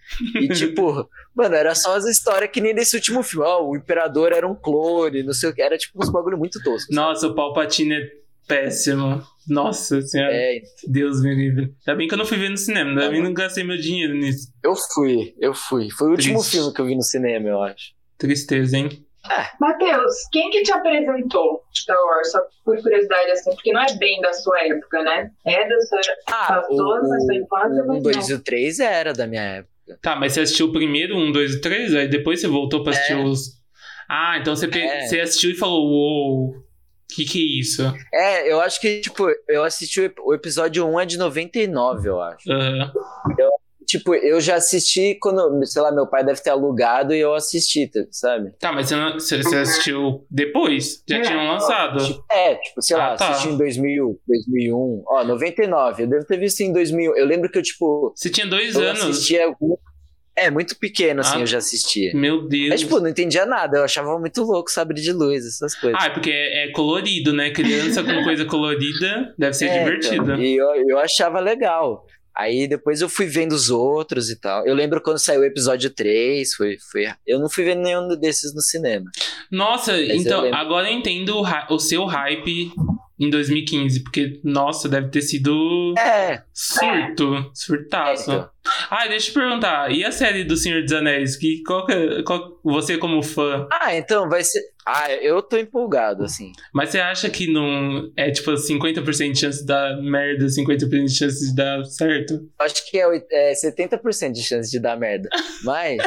E tipo, mano, era só as histórias que nem desse último filme. O Imperador era um clone, não sei o que. Era tipo uns bagulho muito tosco. Nossa, o Palpatine é péssimo. Nossa senhora. Deus me livre. Ainda bem que eu não fui ver no cinema. Ainda bem que eu não gastei meu dinheiro nisso. Eu fui. Foi o último filme que eu vi no cinema, eu acho. Tristeza, hein? Matheus, quem que te apresentou Star Wars? Só por curiosidade, assim, porque não é bem da sua época, né? É da sua... passou na sua infância, mas 1, 2 e o 3 era da minha época. Tá, mas você assistiu o primeiro, 1, 2 e 3? Aí depois você voltou pra assistir os... Ah, então você assistiu e falou, uou, que é isso? Eu acho que, tipo, eu assisti o episódio 1 é de 99, eu acho. Tipo, eu já assisti quando, sei lá, meu pai deve ter alugado e eu assisti, sabe? Tá, mas você assistiu depois? Já tinham lançado? Tipo, sei lá, assisti em 2001. 99, eu devo ter visto em 2000. Eu lembro que eu, tipo... Você tinha 2 anos? Eu assistia... muito pequeno, assim, eu já assistia. Meu Deus. Mas, tipo, não entendia nada, eu achava muito louco sabre de luz, essas coisas. É porque é colorido, né? Criança com coisa colorida deve ser divertida. Então, e eu achava legal. Aí depois eu fui vendo os outros e tal. Eu lembro quando saiu o episódio 3, eu não fui vendo nenhum desses no cinema. Nossa, mas então, agora eu entendo o seu hype em 2015, porque, nossa, deve ter sido surtaço. Então. Deixa eu perguntar, e a série do Senhor dos Anéis? Você como fã? Então vai ser... eu tô empolgado, assim. Mas você acha que não é, tipo, 50% de chance de dar merda, 50% de chance de dar certo? Acho que é 70% de chance de dar merda. Mas...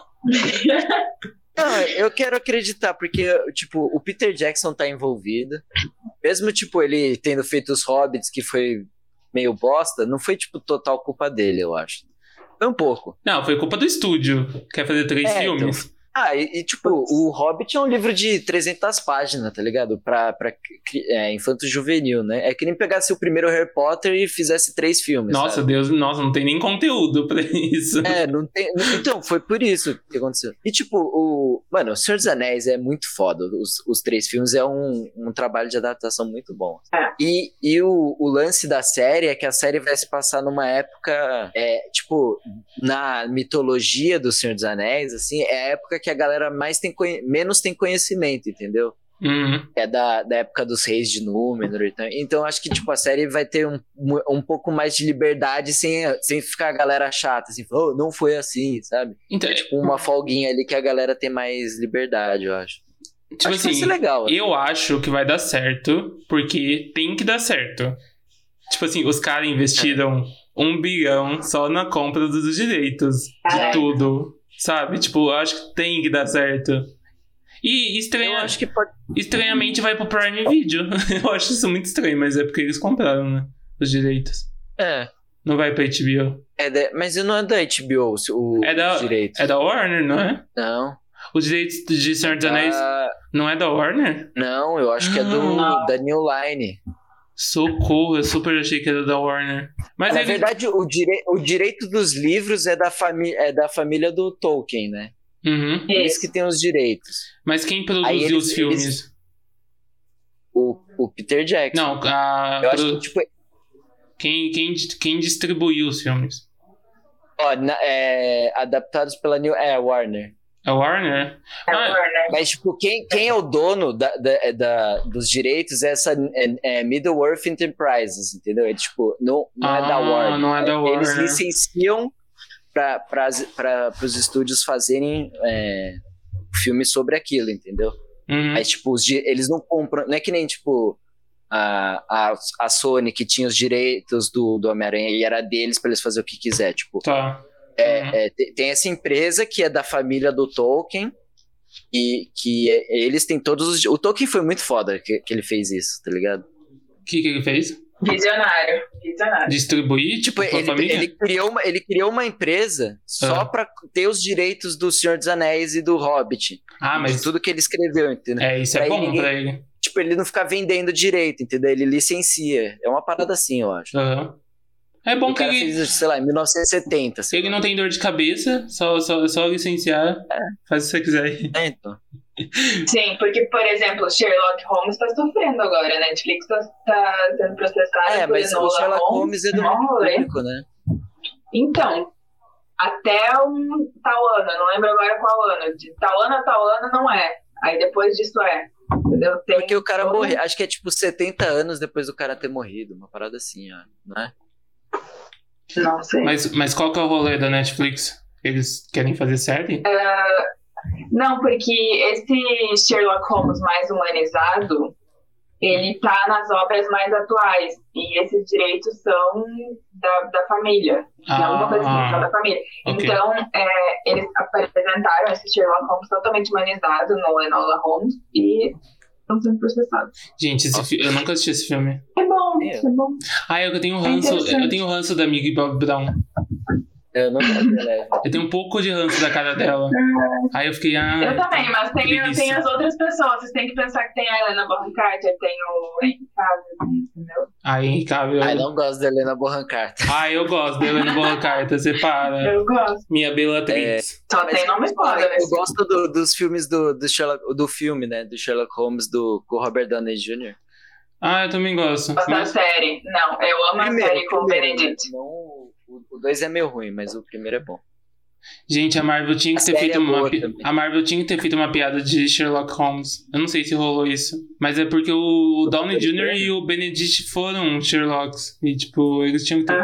Não, eu quero acreditar, porque, tipo, o Peter Jackson tá envolvido. Mesmo, tipo, ele tendo feito os Hobbits, que foi meio bosta, não foi, tipo, total culpa dele, eu acho. Foi um pouco. Não, foi culpa do estúdio. Quer fazer 3 filmes. Então... tipo, o Hobbit é um livro de 300 páginas, tá ligado? Pra infanto-juvenil, né? É que nem pegasse o primeiro Harry Potter e fizesse 3 filmes. Nossa, sabe? Deus, não tem nem conteúdo pra isso. Não tem. Então, foi por isso que aconteceu. E, tipo, Mano, O Senhor dos Anéis é muito foda. Os 3 filmes é um trabalho de adaptação muito bom. E o lance da série é que a série vai se passar numa época, tipo, na mitologia do Senhor dos Anéis, assim, é a época que a galera menos tem conhecimento, entendeu? Uhum. É da época dos reis de Númenor. Então acho que tipo, a série vai ter um pouco mais de liberdade sem ficar a galera chata, assim, não foi assim, sabe? Então, tipo uma folguinha ali que a galera tem mais liberdade, eu acho. Tipo acho assim, que vai ser legal. Eu acho que vai dar certo, porque tem que dar certo. Tipo assim, os caras investiram 1 bilhão só na compra dos direitos de tudo, sabe? Tipo, eu acho que tem que dar certo. E eu acho que estranhamente vai pro Prime Video. Eu acho isso muito estranho, mas é porque eles compraram, né? Os direitos. Não vai pra HBO. Mas não é da HBO os direitos. É da Warner, não é? Não. Os direitos de Senhor dos Anéis não é da Warner? Não, eu acho que é da New Line. Socorro, eu super achei que era da Warner. Mas na verdade, o direito dos livros é da família do Tolkien, né? Uhum. Eles que tem os direitos. Mas quem produziu os filmes? O Peter Jackson. Não, eu acho que, tipo... quem distribuiu os filmes? Adaptados pela Warner. A Warner? Mas, tipo, quem é o dono dos direitos é essa Middle-earth Enterprises, entendeu? Tipo, não é da Warner. Não é da Warner. Eles licenciam para os estúdios fazerem filmes sobre aquilo, entendeu? Uhum. Aí, tipo, eles não compram... Não é que nem, tipo, a Sony, que tinha os direitos do Homem-Aranha e era deles para eles fazerem o que quiser, tipo... Tá. Tem essa empresa que é da família do Tolkien e que eles têm todos os... O Tolkien foi muito foda que ele fez isso, tá ligado? O que ele fez? Visionário. Distribuir, tipo, ele criou uma empresa só pra ter os direitos do Senhor dos Anéis e do Hobbit. Mas de tudo que ele escreveu, entendeu? Isso é bom pra ele. Tipo, ele não fica vendendo direito, entendeu? Ele licencia. É uma parada assim, eu acho. Uhum. É bom que ele fez, sei lá, em 1970. Ele não tem dor de cabeça, só licenciar, faz o que você quiser. Então. Sim, porque, por exemplo, Sherlock Holmes tá sofrendo agora, né? Netflix tá sendo processado por mas o Sherlock Holmes é do público, né? Então, até um tal ano, não lembro agora qual ano. De tal ano a tal ano não é. Aí depois disso é. Entendeu? Porque o cara morreu. Acho que é tipo 70 anos depois do cara ter morrido. Uma parada assim, ó. Não é? Não sei. Mas qual que é o rolê da Netflix? Eles querem fazer série? Não, porque esse Sherlock Holmes mais humanizado, ele tá nas obras mais atuais. E esses direitos são da família. Não uma coisa assim, são da família. Okay. Então, eles apresentaram esse Sherlock Holmes totalmente humanizado no Enola Holmes e estão sendo processados. Gente, eu nunca assisti esse filme. É bom. Eu tenho ranço da Millie Bobby Brown. Eu não sei, Eu tenho um pouco de ranço da cara dela. Aí eu fiquei, eu também, mas tem as outras pessoas. Vocês têm que pensar que tem a Helena Bonham Carter, tem o Henry Cavill, entendeu? Henry Cavill. Eu não gosto da Helena Bonham Carter. Eu gosto da Helena Bonham Carter, você para. Eu gosto. Minha Bellatrix. Só tem nome foda, né? Eu gosto dos filmes do Sherlock, do filme, né? Do Sherlock Holmes com o Robert Downey Jr. Eu também gosto. Gosto da série. Não, eu amo a série com o Benedict. O 2 é meio ruim, mas o primeiro é bom. Gente, a Marvel tinha que ter feito uma piada de Sherlock Holmes. Eu não sei se rolou isso. Mas é porque o Downey Jr. e o Benedict foram Sherlocks. E, tipo, eles tinham que ter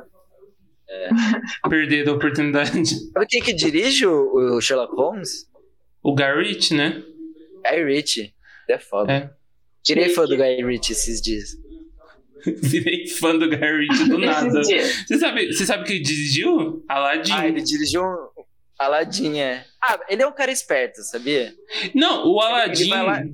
feito. Perderam a oportunidade. Sabe quem que dirige o Sherlock Holmes? O Guy Ritchie, né? Guy Ritchie. É foda. Tirei fã do Guy Ritchie esses dias. Virei fã do Guy Ritchie do nada. Você sabe que ele dirigiu? Aladdin. Ele dirigiu Aladdin, ele é um cara esperto, sabia? Não, o Aladdin,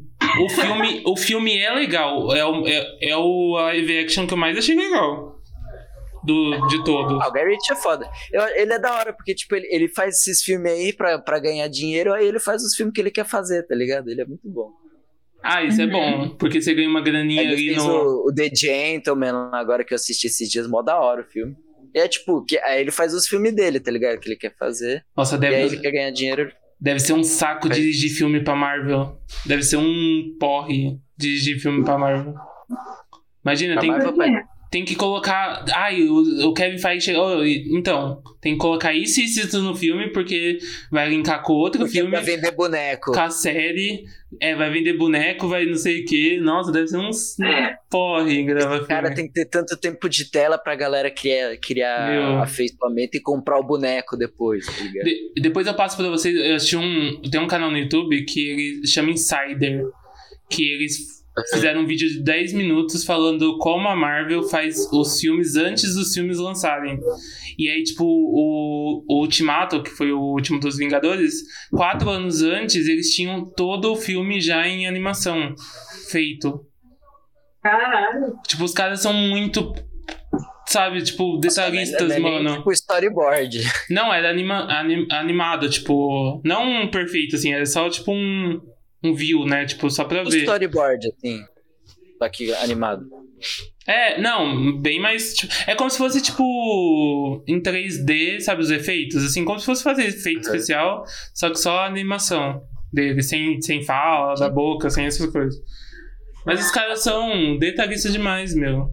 o filme é legal. É o live action que eu mais achei legal. De todos. O Guy Ritchie é foda. Ele é da hora, porque tipo, ele faz esses filmes aí pra ganhar dinheiro, aí ele faz os filmes que ele quer fazer, tá ligado? Ele é muito bom. Isso é bom, porque você ganha uma graninha ele ali fez o The Gentleman, agora que eu assisti esses dias, mó da hora o filme. E é tipo, aí ele faz os filmes dele, tá ligado? Que ele quer fazer. Nossa, e aí ele quer ganhar dinheiro. Deve ser um saco dirigir filme pra Marvel. Deve ser um porre dirigir filme pra Marvel. Imagina, tem que colocar... o Kevin Feige... então, tem que colocar isso e isso no filme, porque vai linkar com outro filme. Vai vender boneco. Com a série. Vai vender boneco, vai não sei o quê. Nossa, deve ser uns porre gravar filme. Cara, tem que ter tanto tempo de tela pra galera criar afeiçoamento e comprar o boneco depois, tá ligado? Depois eu passo pra vocês... Eu assisti tem um canal no YouTube que ele chama Insider. Que eles... fizeram um vídeo de 10 minutos falando como a Marvel faz os filmes antes dos filmes lançarem. E aí, tipo, o Ultimato, que foi o último dos Vingadores, 4 anos antes, eles tinham todo o filme já em animação feito. Caralho. Tipo, os caras são muito... Sabe, tipo, detalhistas, mano. Tipo storyboard. Não, era animado, tipo... Não perfeito, assim, era só, tipo, um view, né? Tipo, só pra ver. Storyboard, assim. Só que animado. Não, bem mais... Tipo, é como se fosse, tipo... Em 3D, sabe, os efeitos? Assim, como se fosse fazer efeito especial, só que só a animação dele, sem fala, da boca, sem essas coisas. Mas os caras são detalhistas demais, meu.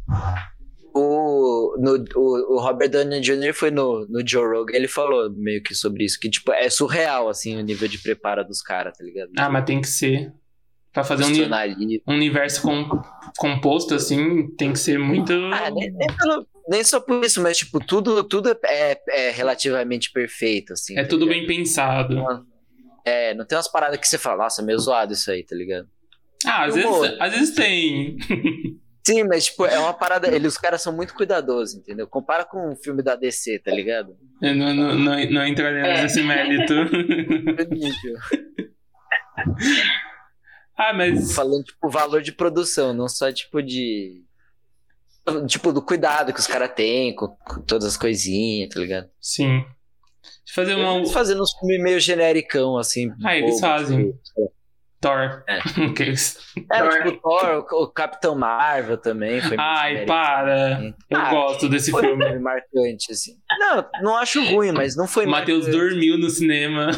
O Robert Downey Jr. foi no Joe Rogan, ele falou meio que sobre isso, que tipo, é surreal, assim, o nível de preparo dos caras, tá ligado? Mas tem que ser. Pra fazer um universo composto, assim, tem que ser muito... Nem só por isso, mas tipo, tudo é relativamente perfeito, assim. É tá tudo ligado? bem pensado. Não tem umas paradas que você fala, nossa, meio zoado isso aí, tá ligado? Às vezes tem. Sim, mas tipo, é uma parada... Os caras são muito cuidadosos, entendeu? Compara com um filme da DC, tá ligado? Eu não entraremos nesse mérito. Mas... Falando, tipo, valor de produção, não só, tipo, Tipo, do cuidado que os caras têm com todas as coisinhas, tá ligado? Sim. Eles fazendo uns filmes meio genericão, assim. Eles fazem. Tipo, Thor. Tipo Thor, o Capitão Marvel também. Foi para. Eu gosto desse filme. Foi marcante, assim. Não acho ruim, mas não foi Matheus dormiu no cinema.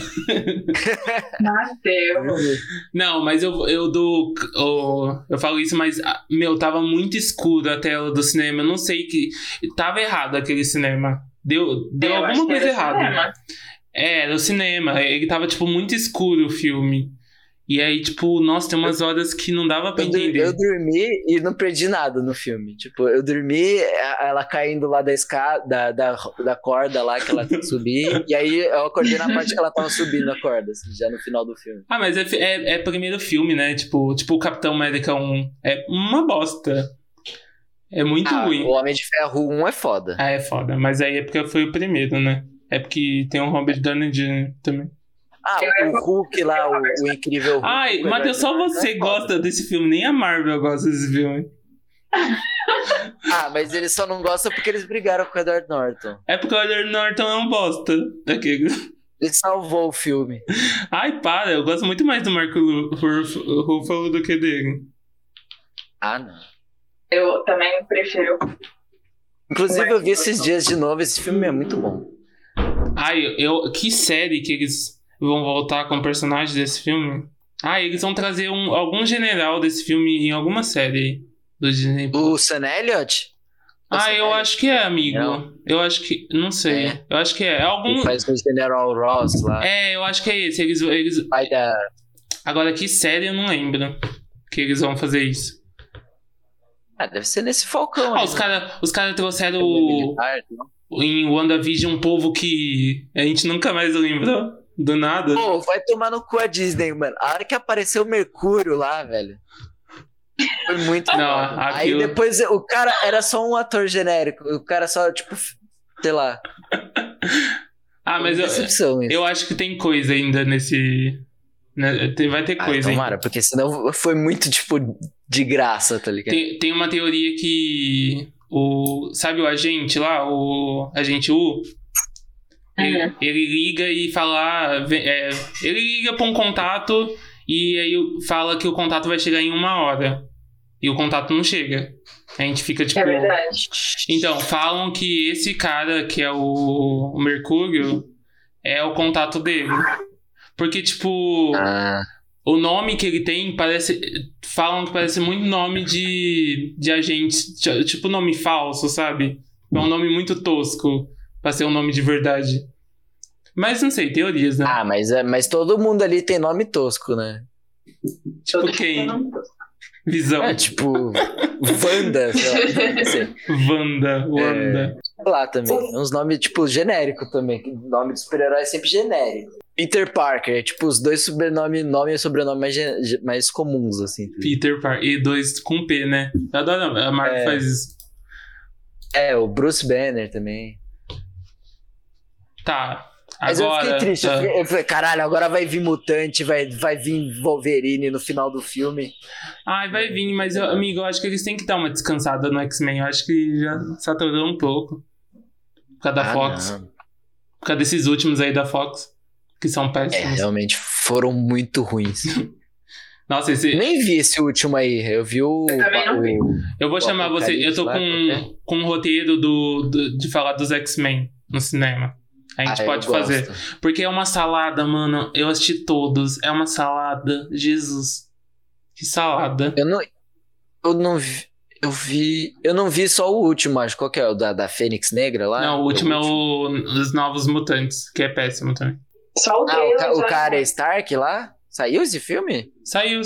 Matheus. Não, mas eu falo isso, mas, tava muito escuro a tela do cinema. Eu não sei que... Tava errado aquele cinema. Deu Eu acho alguma que coisa era errada. cinema. Era o cinema. Ele tava, tipo, muito escuro o filme. E aí, tipo, nossa, tem umas horas que não dava pra entender. Eu dormi e não perdi nada no filme. Tipo, eu dormi, ela caindo lá da escada, da corda lá que ela tem que subir. E aí eu acordei na parte que ela tava subindo a corda, assim, já no final do filme. Ah, mas é primeiro filme, né? Tipo o Capitão América 1. É uma bosta. É muito ruim. O Homem de Ferro 1 é foda. Ah, é foda. Mas aí é porque foi o primeiro, né? É porque tem o Robert Downey Jr. também. O Hulk lá, o incrível Hulk. Ai, Matheus, só você gosta desse filme. Nem a Marvel gosta desse filme. Mas eles só não gostam porque eles brigaram com o Edward Norton. É porque o Edward Norton é um bosta. Ele salvou o filme. Ai, para. Eu gosto muito mais do Marco Ruffalo do que dele. Não. Eu também prefiro. Inclusive, eu vi esses dias de novo. Esse filme é muito bom. Ai, que série que eles vão voltar com personagens desse filme? Eles vão trazer algum general desse filme em alguma série do Disney. O Sam Elliott? Eu acho que é, amigo. Não. Eu acho que... Não sei. É. Eu acho que é. Ele faz o General Ross lá. Eu acho que é esse. Eles... Pai da... Agora, que série eu não lembro que eles vão fazer isso. Deve ser nesse Falcão. Os caras trouxeram militar, em WandaVision um povo que a gente nunca mais lembrou. Do nada. Pô, vai tomar no cu a Disney, mano. A hora que apareceu o Mercúrio lá, velho. Foi muito Não, bom. Aí depois o cara era só um ator genérico. O cara só, tipo, sei lá. Mas eu acho que tem coisa ainda nesse... Vai ter coisa tomara, ainda. Porque senão foi muito, tipo, de graça, tá ligado? Tem uma teoria que sabe o agente lá, o agente U? Ele liga e fala... ele liga pra um contato e aí fala que o contato vai chegar em 1 hora. E o contato não chega. A gente fica tipo... É verdade. Então, falam que esse cara que é o Mercúrio é o contato dele. Porque, tipo... O nome que ele tem parece... Falam que parece muito nome de agente. Tipo nome falso, sabe? É um nome muito tosco pra ser um nome de verdade. Mas não sei, teorias, né? Mas todo mundo ali tem nome tosco, né? Tipo quem? Visão. Tipo... Wanda, sei lá. Não sei. Wanda. Lá também. Uns nomes, tipo, genérico também. Nome de super-herói é sempre genérico. Peter Parker, tipo, os dois sobrenomes, nome e sobrenome mais comuns, assim. Peter Parker. E 2 com P, né? Eu adoro, a Marvel faz isso. O Bruce Banner também. Tá. Mas agora, eu fiquei triste. Eu falei, caralho, agora vai vir Mutante, vai vir Wolverine no final do filme. Vai vir, mas, amigo, eu acho que eles têm que dar uma descansada no X-Men. Eu acho que já saturou um pouco. Por causa da Fox. Não. Por causa desses últimos aí da Fox. Que são péssimos. Realmente foram muito ruins. Nossa, Nem vi esse último aí. Eu vi o... Eu também não vi. Eu vou chamar você... Eu tô com um roteiro de falar dos X-Men no cinema. A gente pode fazer. Gosto. Porque é uma salada, mano. Eu assisti todos. É uma salada. Jesus. Que salada. Eu não vi só o último, acho. Qual que é? O da Fênix Negra lá? Não, o último é os Novos Mutantes, que é péssimo também. Só o trailer. O cara Stark lá? Saiu esse filme? Saiu.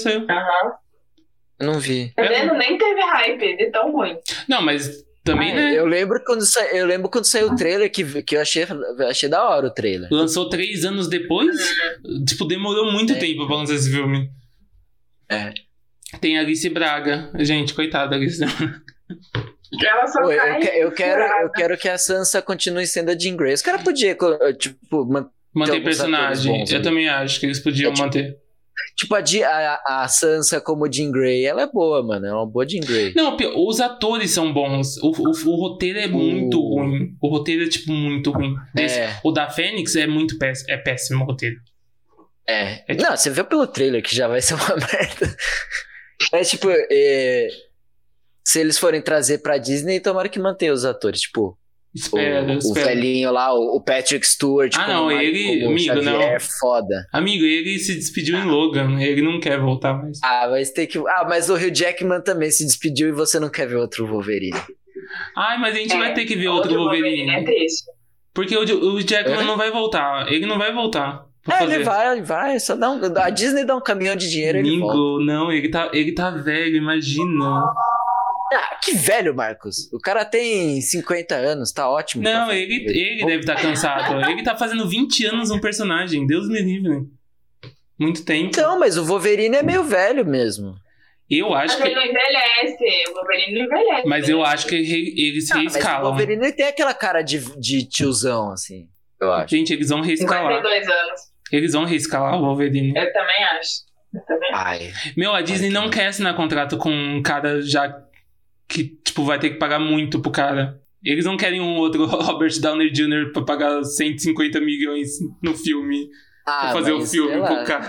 Eu não vi. Tá vendo? Nem teve hype de tão ruim. Não, mas também, né? Eu lembro quando saiu o trailer que eu achei da hora o trailer. Lançou 3 anos depois? Tipo, demorou muito tempo pra lançar esse filme. Tem a Alice Braga. Gente, coitada da Alice Braga. Ela só eu quero que a Sansa continue sendo a Jean Grey. Os caras podiam, tipo, manter personagem. Bons, eu também acho que eles podiam manter. Tipo, a Sansa como Jean Grey, ela é boa, mano. É uma boa Jean Grey. Não, os atores são bons. O roteiro é muito ruim. O roteiro é, tipo, muito ruim. O da Fênix é muito péssimo. É péssimo o roteiro. Não, você viu pelo trailer que já vai ser uma merda. Mas, tipo, se eles forem trazer pra Disney, tomara que mantenha os atores. Tipo, o velhinho lá, o Patrick Stewart. Ele, amigo, Xavier, não. É foda. Amigo, ele se despediu em Logan. Ele não quer voltar mais. Mas tem que. Mas o Hugh Jackman também se despediu e você não quer ver outro Wolverine. Mas a gente vai ter que ver outro Wolverine. É triste. Porque o Jackman não vai voltar. Ele não vai voltar. Ele vai. Só a Disney dá um caminhão de dinheiro e ele volta. Não, ele tá velho, imagina. Que velho, Marcos. O cara tem 50 anos, tá ótimo. Não, ele deve estar cansado. Ele tá fazendo 20 anos um personagem. Deus me livre. Muito tempo. Então, mas o Wolverine é meio velho mesmo. Eu acho que... Ele não envelhece. O Wolverine não envelhece. Mas eu acho que eles reescalam. Mas o Wolverine tem aquela cara de tiozão, assim. Eu acho. Gente, eles vão reescalar. 52 anos. Eles vão reescalar o Wolverine. Eu também acho. A Disney não quer assinar contrato com um cara já que, tipo, vai ter que pagar muito pro cara. Eles não querem um outro Robert Downey Jr. pra pagar 150 milhões no filme. Pra fazer o filme pro cara.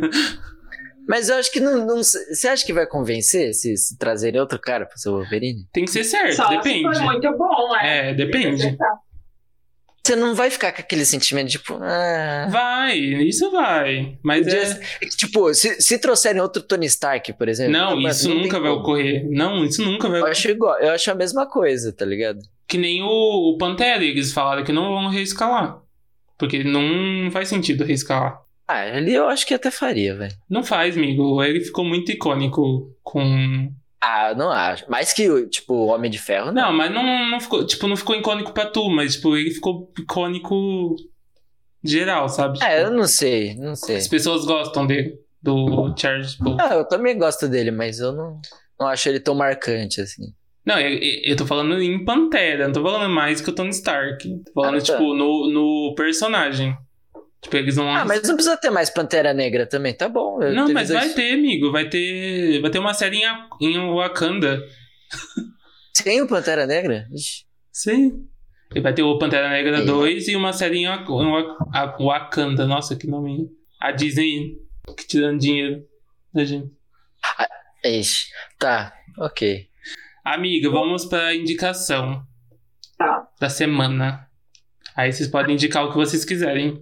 Mas eu acho que não. Você acha que vai convencer se trazerem outro cara pro seu Wolverine? Tem que ser certo, só depende. Se for muito bom, depende. Você não vai ficar com aquele sentimento, tipo... Vai, isso vai. Mas Tipo, se trouxerem outro Tony Stark, por exemplo... Não, isso nunca vai ocorrer. Não, isso nunca vai ocorrer. Eu acho a mesma coisa, tá ligado? Que nem o Pantera, eles falaram que não vão reescalar. Porque não faz sentido reescalar. Ali eu acho que até faria, velho. Não faz, amigo. Ele ficou muito icônico com... não acho. Mais que, tipo, o Homem de Ferro, não. Mas não ficou, tipo, não ficou icônico pra tu, mas, tipo, ele ficou icônico geral, sabe? Tipo, eu não sei. As pessoas gostam dele, do Charles Bolt. Eu também gosto dele, mas eu não acho ele tão marcante, assim. Não, eu tô falando em Pantera, não tô falando mais que o Tony Stark. Tô falando, tipo, no personagem. Tipo, eles vão... mas não precisa ter mais Pantera Negra também, tá bom. Não, mas vai ter, amigo. Vai ter uma série em Wakanda. Tem o Pantera Negra? Ixi. Sim. E vai ter o Pantera Negra 2 e uma série em Wakanda. Nossa, que nome. A Disney que tirando dinheiro da gente. Ixi. Tá, ok. Amiga, vamos pra indicação da semana. Aí vocês podem indicar o que vocês quiserem.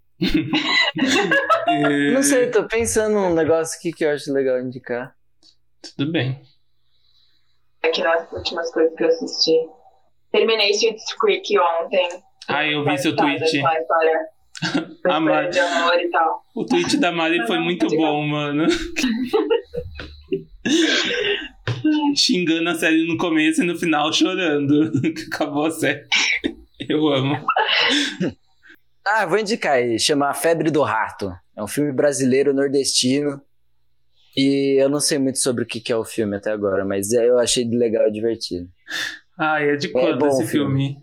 Não sei, tô pensando num negócio aqui que eu acho legal indicar. Tudo bem. Aqui nas últimas coisas que eu assisti. Terminei Schitt's Creek ontem. Eu vi seu tweet. Com a história A Mari... de amor e tal. O tweet da Mari foi muito bom, mano. Xingando a série no começo e no final chorando. Acabou a série. Eu amo. Vou indicar aí, chama A Febre do Rato. É um filme brasileiro nordestino. E eu não sei muito sobre o que é o filme até agora, mas eu achei legal e divertido. É de quando esse filme?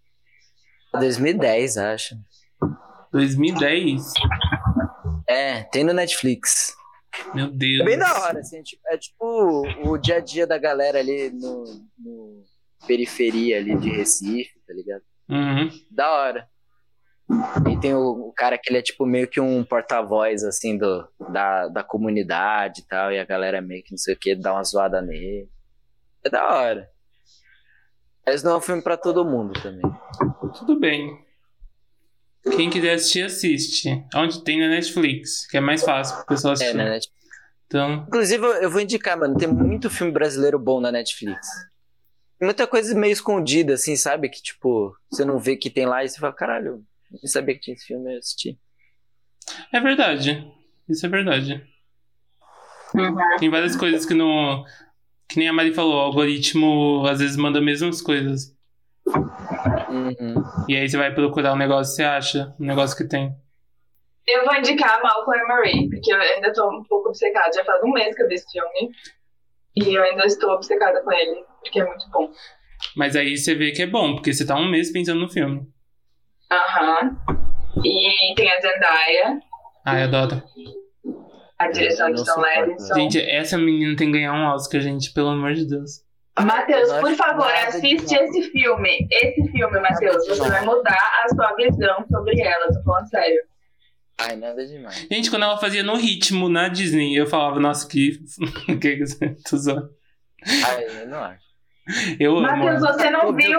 2010, acho. 2010? Tem no Netflix. Meu Deus. É bem da hora, assim. É tipo o dia a dia da galera ali no periferia ali de Recife, tá ligado? Uhum. Da hora. E tem o cara que ele é tipo meio que um porta-voz, assim, da comunidade e tal, e a galera meio que não sei o que, dá uma zoada nele. É da hora. Mas não é um filme pra todo mundo também. Tudo bem. Quem quiser assistir, assiste. Onde tem na Netflix, que é mais fácil pra pessoa assistir. Na Netflix. Então... Inclusive, eu vou indicar, mano, tem muito filme brasileiro bom na Netflix. Muita coisa meio escondida, assim, sabe? Que, tipo, você não vê que tem lá e você fala, caralho, não sabia que tinha esse filme, eu assisti. É verdade. Isso é verdade. Uhum. Tem várias coisas que não... Que nem a Mari falou, o algoritmo às vezes manda as mesmas coisas. Uhum. E aí você vai procurar um negócio e você acha um negócio que tem. Eu vou indicar Malcolm e Marie, porque eu ainda tô um pouco obcecada. Já faz um mês que eu vi esse filme. E eu ainda estou obcecada com ele, porque é muito bom. Mas aí você vê que é bom, porque você tá um mês pensando no filme. Aham. E tem a Zendaya. Eu adoro. A direção de Tom Levinson. Gente, essa menina tem que ganhar um Oscar, gente, pelo amor de Deus. Matheus, por favor, assiste esse filme. Esse filme, Matheus, você vai mudar a sua visão sobre ela, tô falando sério. Nada demais. Gente, quando ela fazia No Ritmo, na Disney, eu falava, nossa, que tô zoando. Eu não acho. Eu amo. Matheus, você não viu,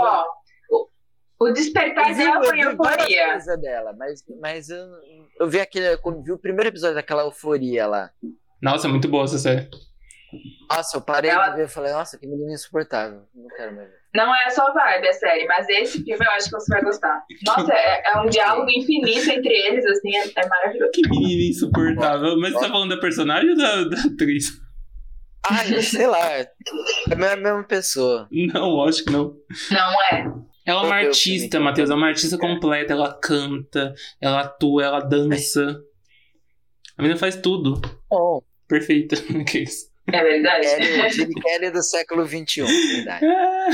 o despertar dela foi euforia. Dela, mas eu vi vi o primeiro episódio daquela euforia lá. Nossa, muito boa essa série. Nossa, eu parei de ver e falei, nossa, que menina insuportável. Não quero mais ver. Não é só vibe, é série, mas esse filme eu acho que você vai gostar. Nossa, é um diálogo infinito entre eles, assim, é maravilhoso. Que menina insuportável. Mas você tá falando da personagem ou da atriz? Sei lá. É a mesma pessoa. Não, acho que não. Não é. Ela é uma artista, Matheus. É uma artista completa. Ela canta, ela atua, ela dança. A menina faz tudo. Bom. Perfeita. Que isso? É verdade. Kelly do século XXI, verdade.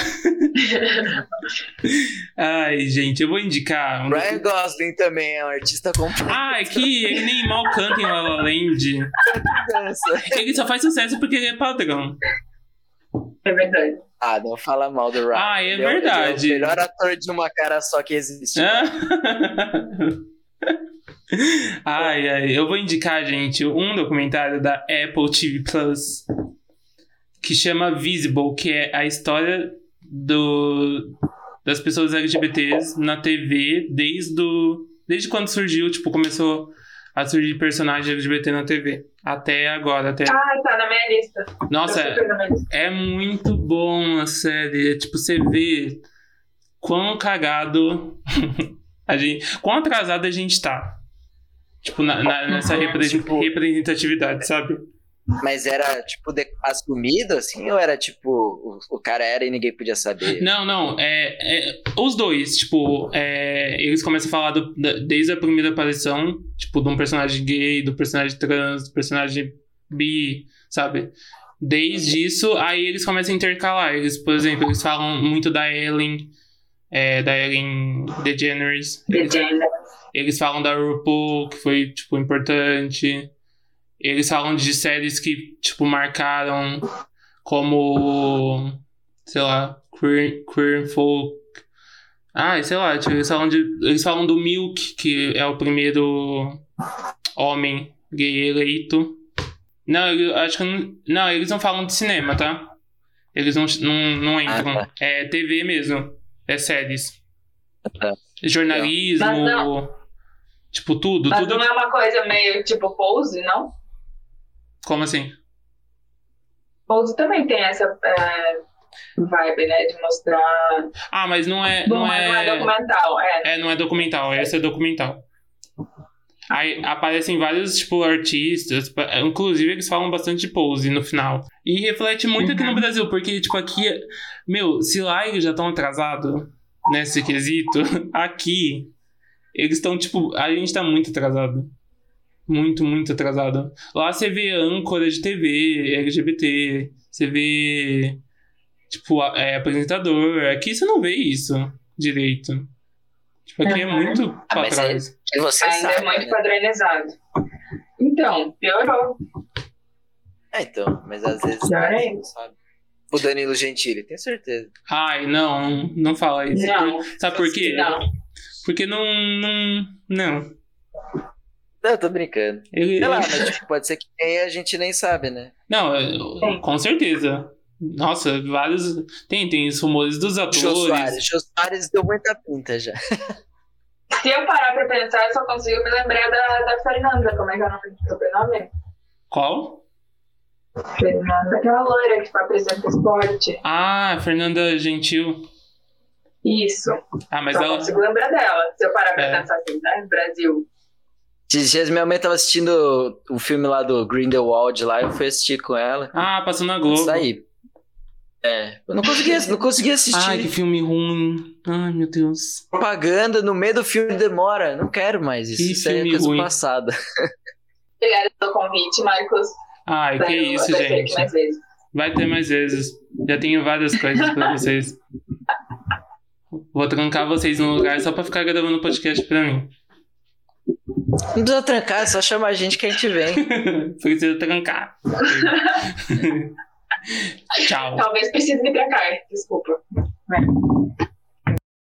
Ai, gente, eu vou indicar. Ryan Gosling também é um artista completo. É que ele nem mal canta em La La Land. Ele só faz sucesso porque ele é padrão. É verdade. Não fala mal do Ryan. É verdade. Ele é o melhor ator de uma cara só que existe. Eu vou indicar, gente, um documentário da Apple TV Plus que chama Visible, que é a história das pessoas LGBTs na TV desde quando surgiu, tipo, começou a surgir personagem LGBT na TV até agora. Tá na minha lista. Nossa, é muito bom a série. Tipo, você vê quão cagado quão atrasado a gente tá. Tipo, nessa representatividade, sabe? Mas era, tipo, assumido, assim? Ou era, tipo, o cara era e ninguém podia saber? Não. Os dois, tipo, eles começam a falar desde a primeira aparição, tipo, de um personagem gay, do personagem trans, do personagem bi, sabe? Desde isso, aí eles começam a intercalar. Por exemplo, eles falam muito da Ellen DeGeneres. Eles falam da RuPaul, que foi, tipo, importante. Eles falam de séries que, tipo, marcaram como, sei lá, queer folk. Sei lá, tipo, eles falam do Milk, que é o primeiro homem gay eleito. Não, acho que não, eles não falam de cinema, tá? Eles não entram. É TV mesmo. É séries. Jornalismo. Tipo, tudo. Mas tudo. Não é uma coisa meio tipo Pose, não? Como assim? Pose também tem essa vibe, né? De mostrar. Mas não é. Não é documental, não é documental. Essa é documental. Aí aparecem vários, tipo, artistas. Inclusive, eles falam bastante de Pose no final. E reflete muito aqui no Brasil, porque, tipo, aqui. Se lá eles já estão atrasados nesse quesito, aqui. Eles estão, tipo... A gente tá muito atrasado. Muito, muito atrasado. Lá você vê âncora de TV, LGBT. Você vê... Tipo, apresentador. Aqui você não vê isso direito. Tipo, aqui é muito pra trás. Ainda é muito padronizado. Então, piorou. Então. Mas às vezes... Piorei. Sabe? O Danilo Gentili, tenho certeza. Não fala isso. Não. Sabe por quê? Não. Porque não. Não, eu tô brincando. Sei lá, mas tipo, pode ser que tenha, a gente nem sabe, né? Não, com certeza. Nossa, vários. Tem os rumores dos atores. Jô Soares deu muita pinta já. Se eu parar pra pensar, eu só consigo me lembrar da Fernanda. Como é que é o nome do sobrenome? Qual? Fernanda, aquela loira que apresenta esporte. Fernanda Gentil. Isso. Mas só ela... consigo lembrar dela. Se eu parar pra pensar assim, né? Brasil. Esses dias minha mãe tava assistindo o filme lá do Grindelwald lá, eu fui assistir com ela. Passou na Globo. Isso aí. Eu não conseguia assistir. Que filme ruim. Ai, meu Deus. Propaganda no meio do filme demora. Não quero mais isso. Isso é coisa ruim. Passada. Obrigada pelo convite, Marcos. Que isso, gente. Vai ter mais vezes. Já tenho várias coisas pra vocês. Vou trancar vocês num lugar só pra ficar gravando podcast pra mim. Não precisa trancar, é só chamar a gente que a gente vem. Precisa trancar. Tchau. Talvez precise me trancar, desculpa.